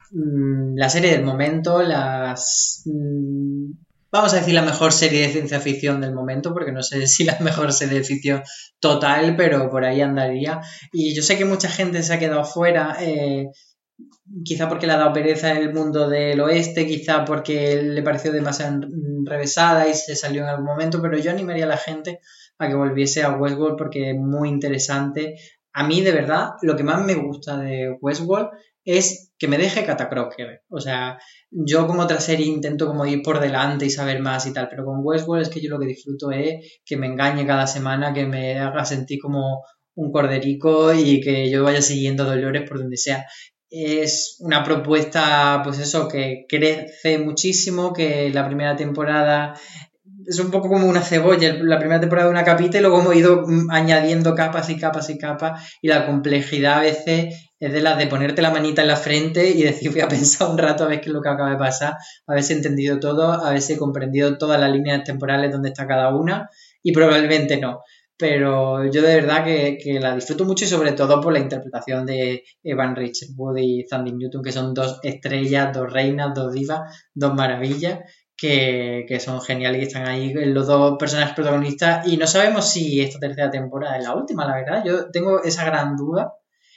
mmm, la serie del momento, las... Mmm, vamos a decir la mejor serie de ciencia ficción del momento, porque no sé si la mejor serie de ficción total, pero por ahí andaría. Y yo sé que mucha gente se ha quedado fuera, eh, quizá porque le ha dado pereza el mundo del oeste, quizá porque le pareció demasiado enrevesada y se salió en algún momento, pero yo animaría a la gente a que volviese a Westworld porque es muy interesante. A mí, de verdad, lo que más me gusta de Westworld es que me deje catacroker. O sea, yo con otra serie intento como ir por delante y saber más y tal, pero con Westworld es que yo lo que disfruto es que me engañe cada semana, que me haga sentir como un corderico y que yo vaya siguiendo Dolores por donde sea. es una propuesta, pues eso, que crece muchísimo, que la primera temporada es un poco como una cebolla, la primera temporada de una capita y luego hemos ido añadiendo capas y capas y capas, y la complejidad a veces es de las de ponerte la manita en la frente y decir, voy a pensar un rato a ver qué es lo que acaba de pasar, a ver si he entendido todo, a ver si he comprendido todas las líneas temporales donde está cada una, y probablemente no. Pero yo de verdad que, que la disfruto mucho, y sobre todo por la interpretación de Evan Rachel Wood y Thandie Newton, que son dos estrellas, dos reinas, dos divas, dos maravillas, que, que son geniales y están ahí los dos personajes protagonistas, y no sabemos si esta tercera temporada es la última, la verdad. Yo tengo esa gran duda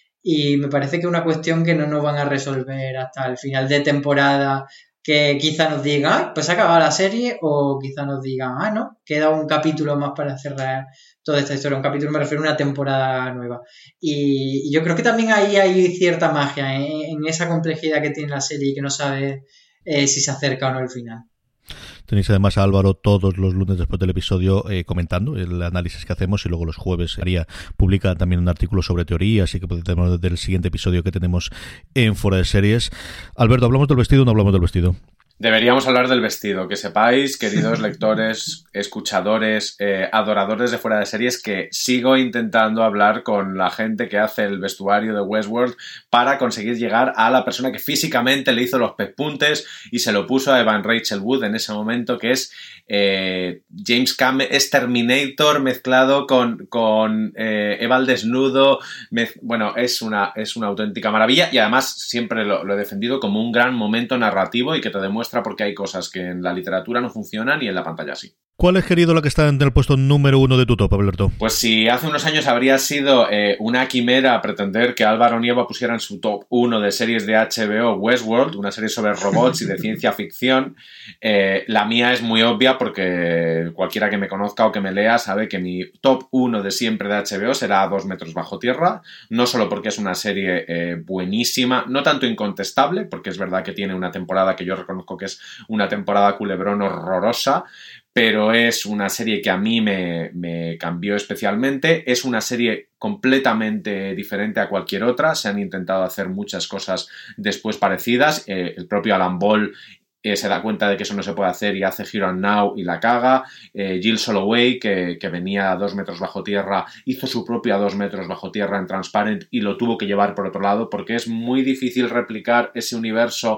y me parece que es una cuestión que no nos van a resolver hasta el final de temporada, que quizá nos digan, ah, pues ha acabado la serie, o quizá nos digan, ah, no, queda un capítulo más para cerrar toda esta historia. Un capítulo me refiero a una temporada nueva. Y, y yo creo que también ahí hay cierta magia en, en esa complejidad que tiene la serie y que no sabe eh, si se acerca o no el final. Tenéis además a Álvaro todos los lunes después del episodio eh, comentando el análisis que hacemos, y luego los jueves María publica también un artículo sobre teoría, así que podemos del siguiente episodio que tenemos en Fuera de Series. Alberto, ¿hablamos del vestido o no hablamos del vestido? Deberíamos hablar del vestido. Que sepáis, queridos lectores, escuchadores, eh, adoradores de Fuera de Series, que sigo intentando hablar con la gente que hace el vestuario de Westworld para conseguir llegar a la persona que físicamente le hizo los pespuntes y se lo puso a Evan Rachel Wood en ese momento, que es eh, James Cameron, es Terminator mezclado con, con eh, Eva al desnudo. Mez... Bueno, es una, es una auténtica maravilla, y además siempre lo, lo he defendido como un gran momento narrativo y que te demuestra porque hay cosas que en la literatura no funcionan y en la pantalla sí. ¿Cuál es, querido, la que está en el puesto número uno de tu top, Alberto? Pues si hace unos años habría sido eh, una quimera pretender que Álvaro Nieva pusiera en su top uno de series de H B O Westworld, una serie sobre robots y de ciencia ficción, eh, la mía es muy obvia, porque cualquiera que me conozca o que me lea sabe que mi top uno de siempre de H B O será A dos metros bajo tierra, no solo porque es una serie eh, buenísima, no tanto incontestable, porque es verdad que tiene una temporada que yo reconozco que es una temporada culebrón horrorosa, pero es una serie que a mí me, me cambió especialmente. Es una serie completamente diferente a cualquier otra. Se han intentado hacer muchas cosas después parecidas. Eh, el propio Alan Ball eh, se da cuenta de que eso no se puede hacer y hace Here and Now y la caga. Eh, Jill Soloway, que, que venía a dos metros bajo tierra, hizo su propio a dos metros bajo tierra en Transparent y lo tuvo que llevar por otro lado, porque es muy difícil replicar ese universo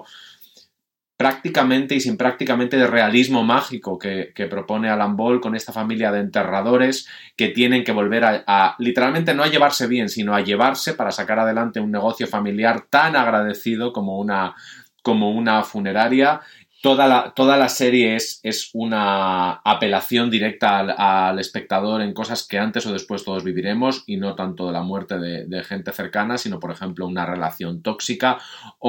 prácticamente y sin prácticamente de realismo mágico que, que propone Alan Ball, con esta familia de enterradores que tienen que volver a, a literalmente no a llevarse bien, sino a llevarse para sacar adelante un negocio familiar tan agradecido como una, como una funeraria. Toda la, toda la serie es, es una apelación directa al, al espectador en cosas que antes o después todos viviremos, y no tanto de la muerte de, de gente cercana, sino por ejemplo una relación tóxica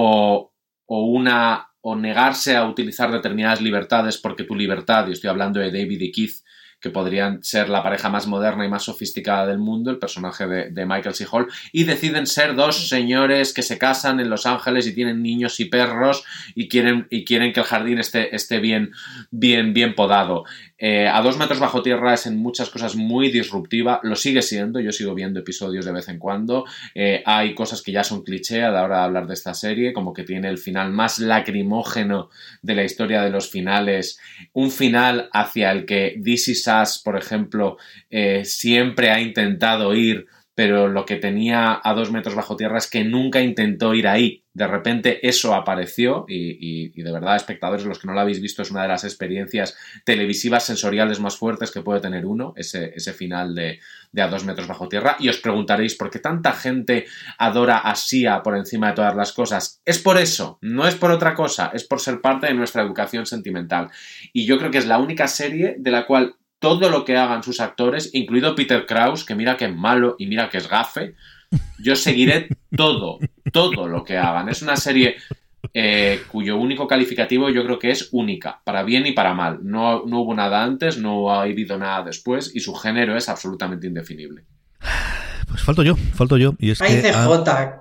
o, o una o negarse a utilizar determinadas libertades porque tu libertad, y estoy hablando de David y Keith, que podrían ser la pareja más moderna y más sofisticada del mundo, el personaje de, de Michael C. Hall, y deciden ser dos señores que se casan en Los Ángeles y tienen niños y perros y quieren, y quieren que el jardín esté, esté bien, bien, bien podado. Eh, a dos metros bajo tierra es en muchas cosas muy disruptiva, lo sigue siendo, yo sigo viendo episodios de vez en cuando, eh, hay cosas que ya son cliché a la hora de hablar de esta serie, como que tiene el final más lacrimógeno de la historia de los finales, un final hacia el que This Is Us, por ejemplo, eh, siempre ha intentado ir, pero lo que tenía a dos metros bajo tierra es que nunca intentó ir ahí. De repente eso apareció y, y, y de verdad, espectadores, los que no lo habéis visto, es una de las experiencias televisivas sensoriales más fuertes que puede tener uno, ese, ese final de, de A dos metros bajo tierra. Y os preguntaréis, ¿por qué tanta gente adora a Sia por encima de todas las cosas? Es por eso, no es por otra cosa, es por ser parte de nuestra educación sentimental. Y yo creo que es la única serie de la cual todo lo que hagan sus actores, incluido Peter Krause, que mira que es malo y mira que es gafe, yo seguiré todo, todo lo que hagan. Es una serie eh, cuyo único calificativo yo creo que es única, para bien y para mal. No, no hubo nada antes, no ha habido nada después, y su género es absolutamente indefinible. Pues falto yo, falto yo. Y es Ay, que C J,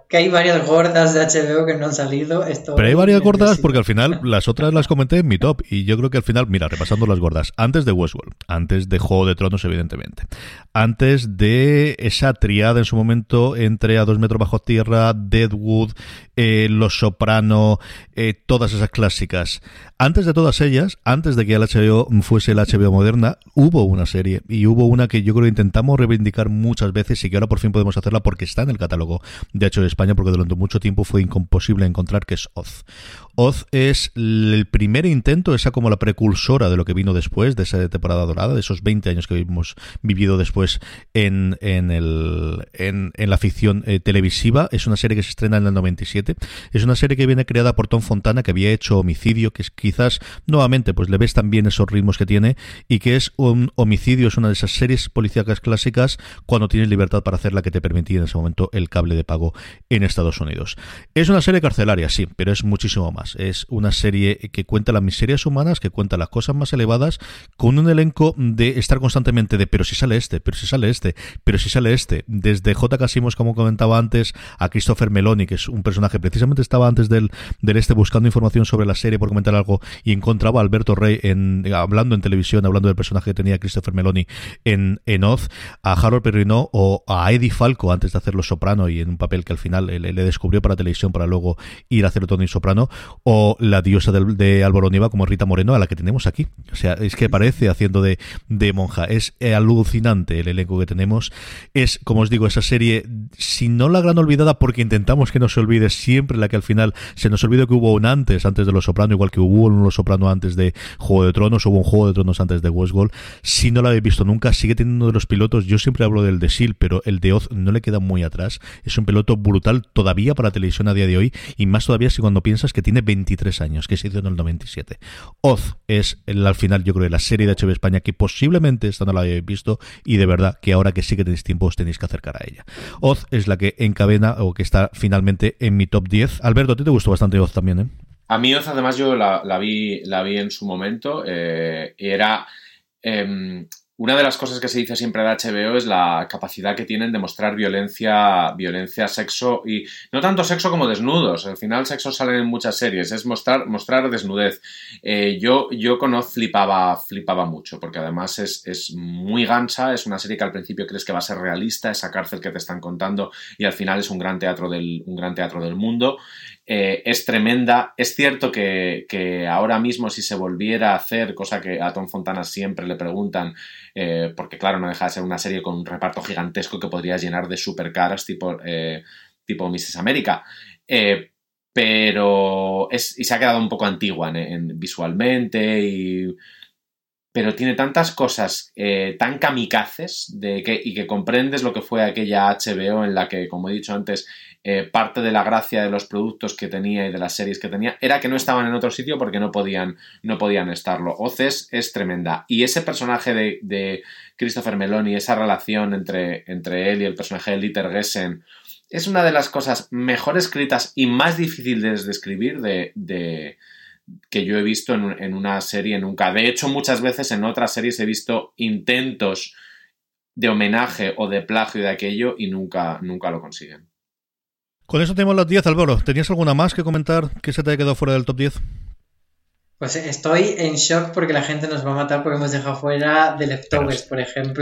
que hay varias gordas de H B O que no han salido. Esto Pero hay varias gordas porque al final las otras las comenté en mi top y yo creo que al final, mira, repasando las gordas, antes de Westworld, antes de Juego de Tronos evidentemente, antes de esa triada en su momento entre A dos metros bajo tierra, Deadwood, eh, Los Soprano, eh, todas esas clásicas, antes de todas ellas, antes de que el H B O fuese la H B O moderna, hubo una serie y hubo una que yo creo que intentamos reivindicar muchas veces y que ahora por fin podemos hacerla porque está en el catálogo de H B O España, porque durante mucho tiempo fue imposible encontrar, que es Oz. Oz es el primer intento, esa como la precursora de lo que vino después, de esa temporada dorada, de esos veinte años que hemos vivido después en, en, el, en, en la ficción eh, televisiva. Es una serie que se estrena en el noventa y siete. Es una serie que viene creada por Tom Fontana, que había hecho Homicidio, que es quizás, nuevamente, pues le ves también esos ritmos que tiene, y que es un Homicidio, es una de esas series policíacas clásicas cuando tienes libertad para hacerla, que te permitía en ese momento el cable de pago en Estados Unidos. Es una serie carcelaria, sí, pero es muchísimo más. Es una serie que cuenta las miserias humanas, que cuenta las cosas más elevadas, con un elenco de estar constantemente de pero si sale este, pero si sale este, pero si sale este, desde J K. Simmons, como comentaba antes, a Christopher Meloni, que es un personaje, precisamente estaba antes del, del este buscando información sobre la serie por comentar algo y encontraba a Alberto Rey en, hablando en televisión, hablando del personaje que tenía Christopher Meloni en, en Oz, a Harold Perrineau o a Eddie Falco antes de hacer Los Soprano y en un papel que al final le, le descubrió para televisión para luego ir a hacer Tony Soprano, o la diosa de, de Álvaro Nieva como Rita Moreno, a la que tenemos aquí. O sea, es que parece haciendo de, de monja. Es alucinante el elenco que tenemos. Es, como os digo, esa serie, si no la gran olvidada, porque intentamos que no se olvide, siempre la que al final se nos olvidó que hubo un antes, antes de Los Soprano, igual que hubo un Los Soprano antes de Juego de Tronos, hubo un Juego de Tronos antes de Westworld. Si no la habéis visto nunca, sigue teniendo uno de los pilotos. Yo siempre hablo del de S H I E L D, pero el de Oz no le queda muy atrás. Es un piloto brutal todavía para televisión a día de hoy, y más todavía si cuando piensas que tiene veintitrés años, que se hizo en el noventa y siete. Oz es el, al final, yo creo, de la serie de H B O España que posiblemente esta no la habéis visto, y de verdad que ahora que sí que tenéis tiempo os tenéis que acercar a ella. Oz es la que encadena o que está finalmente en mi top diez. Alberto, a ti te gustó bastante Oz también, ¿eh? A mí Oz, además, yo la, la vi la vi en su momento. Eh, era... Eh, Una de las cosas que se dice siempre de H B O es la capacidad que tienen de mostrar violencia, violencia, sexo, y no tanto sexo como desnudos. Al final sexo sale en muchas series, es mostrar, mostrar desnudez. Eh, yo, yo con Oz flipaba, flipaba mucho, porque además es, es muy gansa, es una serie que al principio crees que va a ser realista, esa cárcel que te están contando, y al final es un gran teatro del, un gran teatro del mundo. Eh, es tremenda. Es cierto que, que ahora mismo si se volviera a hacer, cosa que a Tom Fontana siempre le preguntan, eh, porque claro, no deja de ser una serie con un reparto gigantesco que podrías llenar de supercaras tipo, eh, tipo missus América, eh, pero es, y se ha quedado un poco antigua en, en, visualmente, y pero tiene tantas cosas eh, tan kamikazes de que, y que comprendes lo que fue aquella H B O en la que, como he dicho antes, eh, parte de la gracia de los productos que tenía y de las series que tenía era que no estaban en otro sitio porque no podían, no podían estarlo. Oz es, es tremenda. Y ese personaje de, de Christopher Meloni, esa relación entre, entre él y el personaje de Dieter Gessen, es una de las cosas mejor escritas y más difíciles de escribir de... de que yo he visto en, en una serie nunca. De hecho, muchas veces en otras series he visto intentos de homenaje o de plagio de aquello y nunca, nunca lo consiguen. Con eso tenemos los diez, Álvaro. ¿Tenías alguna más que comentar que se te haya quedado fuera del top diez? Pues estoy en shock porque la gente nos va a matar porque hemos dejado fuera The Leftovers, por ejemplo.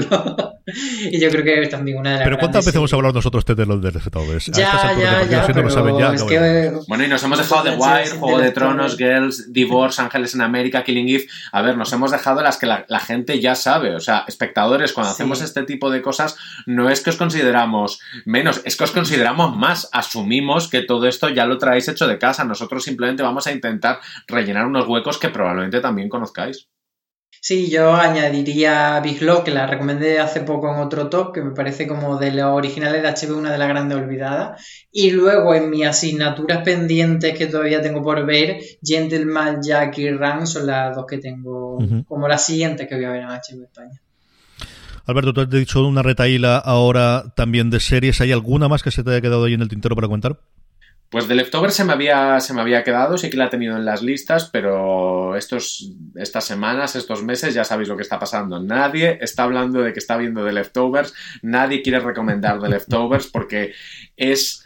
Y yo creo que es también una de las. Pero ¿cuántas veces hemos hablado nosotros de los The Leftovers? Ya, ya, ya, pero no lo saben ya, es que... Bueno, y nos hemos dejado The Wire, Juego de Tronos, Girls, Divorce, Ángeles en América, Killing Eve. A ver, nos hemos dejado las que la, la gente ya sabe. O sea, espectadores, cuando sí. hacemos este tipo de cosas, no es que os consideramos menos, es que os consideramos más. Asumimos que todo esto ya lo traéis hecho de casa. Nosotros simplemente vamos a intentar rellenar unos huecos que probablemente también conozcáis. Sí, yo añadiría Big Love, que la recomendé hace poco en otro top, que me parece como de los originales de H B O una de las grandes olvidadas. Y luego en mis asignaturas pendientes que todavía tengo por ver, Gentleman Jack y Ram son las dos que tengo uh-huh. como las siguientes que voy a ver en H B O España. Alberto, tú has dicho una retaíla ahora también de series. ¿Hay alguna más que se te haya quedado ahí en el tintero para comentar? Pues The Leftovers se me había, se me había quedado, sí que la he tenido en las listas, pero estos, estas semanas, estos meses, ya sabéis lo que está pasando. Nadie está hablando de que está viendo The Leftovers, nadie quiere recomendar The Leftovers porque es...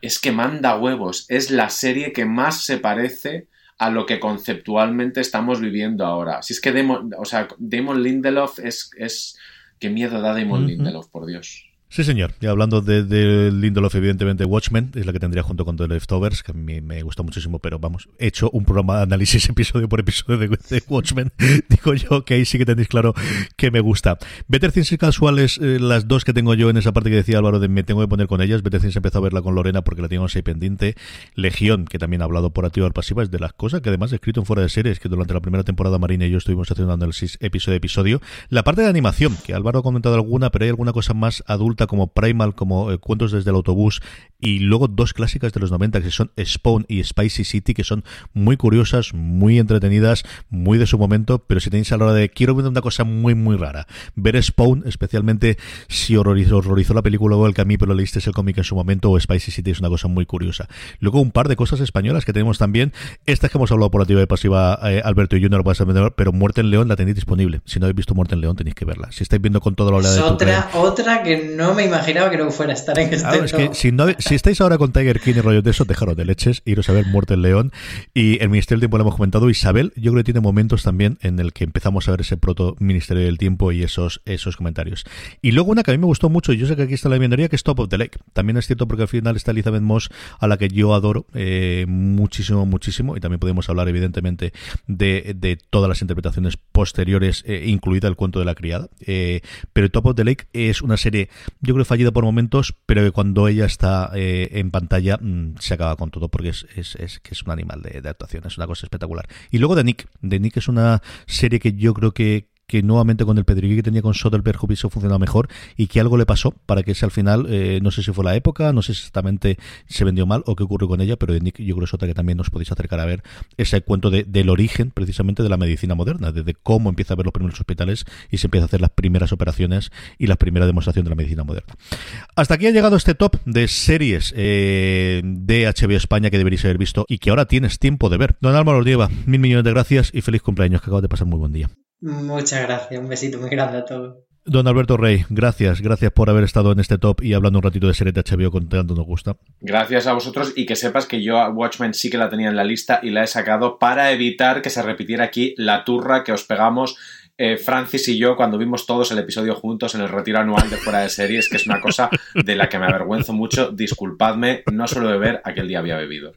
es que manda huevos. Es la serie que más se parece a lo que conceptualmente estamos viviendo ahora. Si es que Damon, o sea, Damon Lindelof es, es... Qué miedo da Damon uh-huh. Lindelof, por Dios. Sí, señor. Y hablando de, de Lindelof, evidentemente, Watchmen es la que tendría junto con The Leftovers, que a mí me gusta muchísimo, pero vamos, he hecho un programa de análisis episodio por episodio de, de Watchmen. Digo yo que ahí sí que tenéis claro que me gusta. Better Things y Casuales, eh, las dos que tengo yo en esa parte que decía Álvaro de me tengo que poner con ellas. Better Things empezó a verla con Lorena porque la teníamos ahí pendiente. Legión, que también ha hablado por activa o pasiva, es de las cosas que además he escrito en Fuera de Series, que durante la primera temporada Marina y yo estuvimos haciendo un análisis episodio a episodio. La parte de animación, que Álvaro ha comentado alguna, pero hay alguna cosa más adulta como Primal, como eh, Cuentos desde el autobús, y luego dos clásicas de los noventa que son Spawn y Spicy City, que son muy curiosas, muy entretenidas, muy de su momento, pero si tenéis a la hora de quiero ver una cosa muy muy rara, ver Spawn, especialmente si horrorizó, horrorizó la película o el que a mí pero leíste el cómic en su momento, o Spicy City, es una cosa muy curiosa. Luego un par de cosas españolas que tenemos también, estas que hemos hablado por activa y pasiva, eh, Alberto y yo no lo vais a ver, pero Muerte en León la tenéis disponible. Si no habéis visto Muerte en León tenéis que verla. Si estáis viendo con toda la oleada de otra, otra que no me imaginaba que no fuera a estar en este claro, es que si, no, si estáis ahora con Tiger King y rollos de eso, dejaros de leches, iros a ver Muerte en León. Y el Ministerio del Tiempo lo hemos comentado. Isabel, yo creo que tiene momentos también en el que empezamos a ver ese proto Ministerio del Tiempo y esos, esos comentarios. Y luego una que a mí me gustó mucho, y yo sé que aquí está la bienvenida, que es Top of the Lake. También es cierto porque al final está Elizabeth Moss, a la que yo adoro eh, muchísimo, muchísimo. Y también podemos hablar, evidentemente, de, de todas las interpretaciones posteriores, eh, incluida el cuento de la criada. Eh, pero Top of the Lake es una serie, yo creo, fallida por momentos, pero que cuando ella está eh, en pantalla mmm, se acaba con todo, porque es, es, es que es un animal de, de actuación, es una cosa espectacular. Y luego The Nick, The Nick es una serie que yo creo que que nuevamente con el pedregui que tenía con Soderbergh hubiese funcionado mejor, y que algo le pasó para que ese al final, eh, no sé si fue la época, no sé si exactamente se vendió mal o qué ocurrió con ella, pero de Nick yo creo que es otra que también nos podéis acercar a ver, ese cuento de, del origen precisamente de la medicina moderna, desde cómo empieza a ver los primeros hospitales y se empieza a hacer las primeras operaciones y la primera demostración de la medicina moderna. Hasta aquí ha llegado este top de series eh, de H B O España que deberíais haber visto y que ahora tienes tiempo de ver. Don Álvaro Ordieva, mil millones de gracias y feliz cumpleaños, que acabas de pasar muy buen día. Muchas gracias, un besito muy grande a todos. Don Alberto Rey, gracias, gracias por haber estado en este top y hablando un ratito de series de H B O con tanto nos gusta. Gracias a vosotros, y que sepas que yo a Watchmen sí que la tenía en la lista y la he sacado para evitar que se repitiera aquí la turra que os pegamos eh, Francis y yo cuando vimos todos el episodio juntos en el retiro anual de Fuera de Series, que es una cosa de la que me avergüenzo mucho, disculpadme, no suelo beber, aquel día había bebido.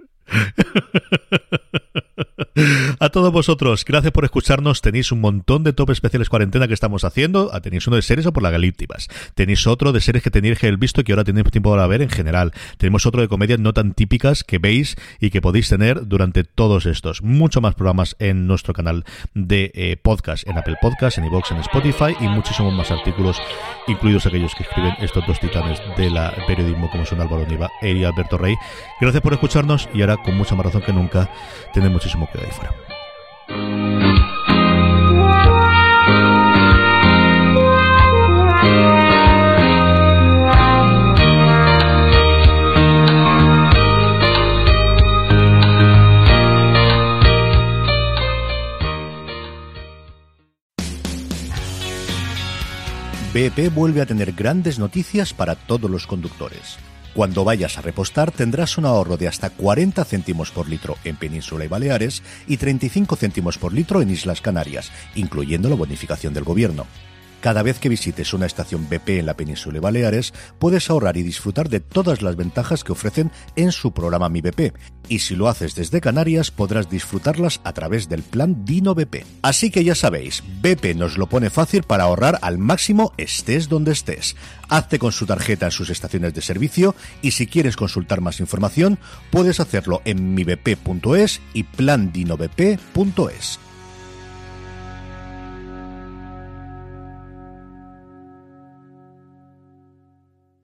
A todos vosotros, gracias por escucharnos. Tenéis un montón de top especiales cuarentena que estamos haciendo. Tenéis uno de series o por la galíptimas. Tenéis otro de series que tenéis que haber visto que ahora tenéis tiempo para ver en general. Tenemos otro de comedias no tan típicas que veis y que podéis tener durante todos estos. Mucho más programas en nuestro canal de eh, podcast, en Apple Podcast, en iVoox, en Spotify, y muchísimos más artículos, incluidos aquellos que escriben estos dos titanes del periodismo como son Álvaro Nieva y Alberto Rey. Gracias por escucharnos, y ahora con mucha más razón que nunca tened muchísimo cuidado ahí fuera. B P vuelve a tener grandes noticias para todos los conductores. Cuando vayas a repostar tendrás un ahorro de hasta cuarenta céntimos por litro en Península y Baleares y treinta y cinco céntimos por litro en Islas Canarias, incluyendo la bonificación del gobierno. Cada vez que visites una estación B P en la Península y Baleares, puedes ahorrar y disfrutar de todas las ventajas que ofrecen en su programa Mi B P. Y si lo haces desde Canarias, podrás disfrutarlas a través del plan Dino B P. Así que ya sabéis, B P nos lo pone fácil para ahorrar al máximo estés donde estés. Hazte con su tarjeta en sus estaciones de servicio, y si quieres consultar más información, puedes hacerlo en mi b p punto es y plan dino b p punto es.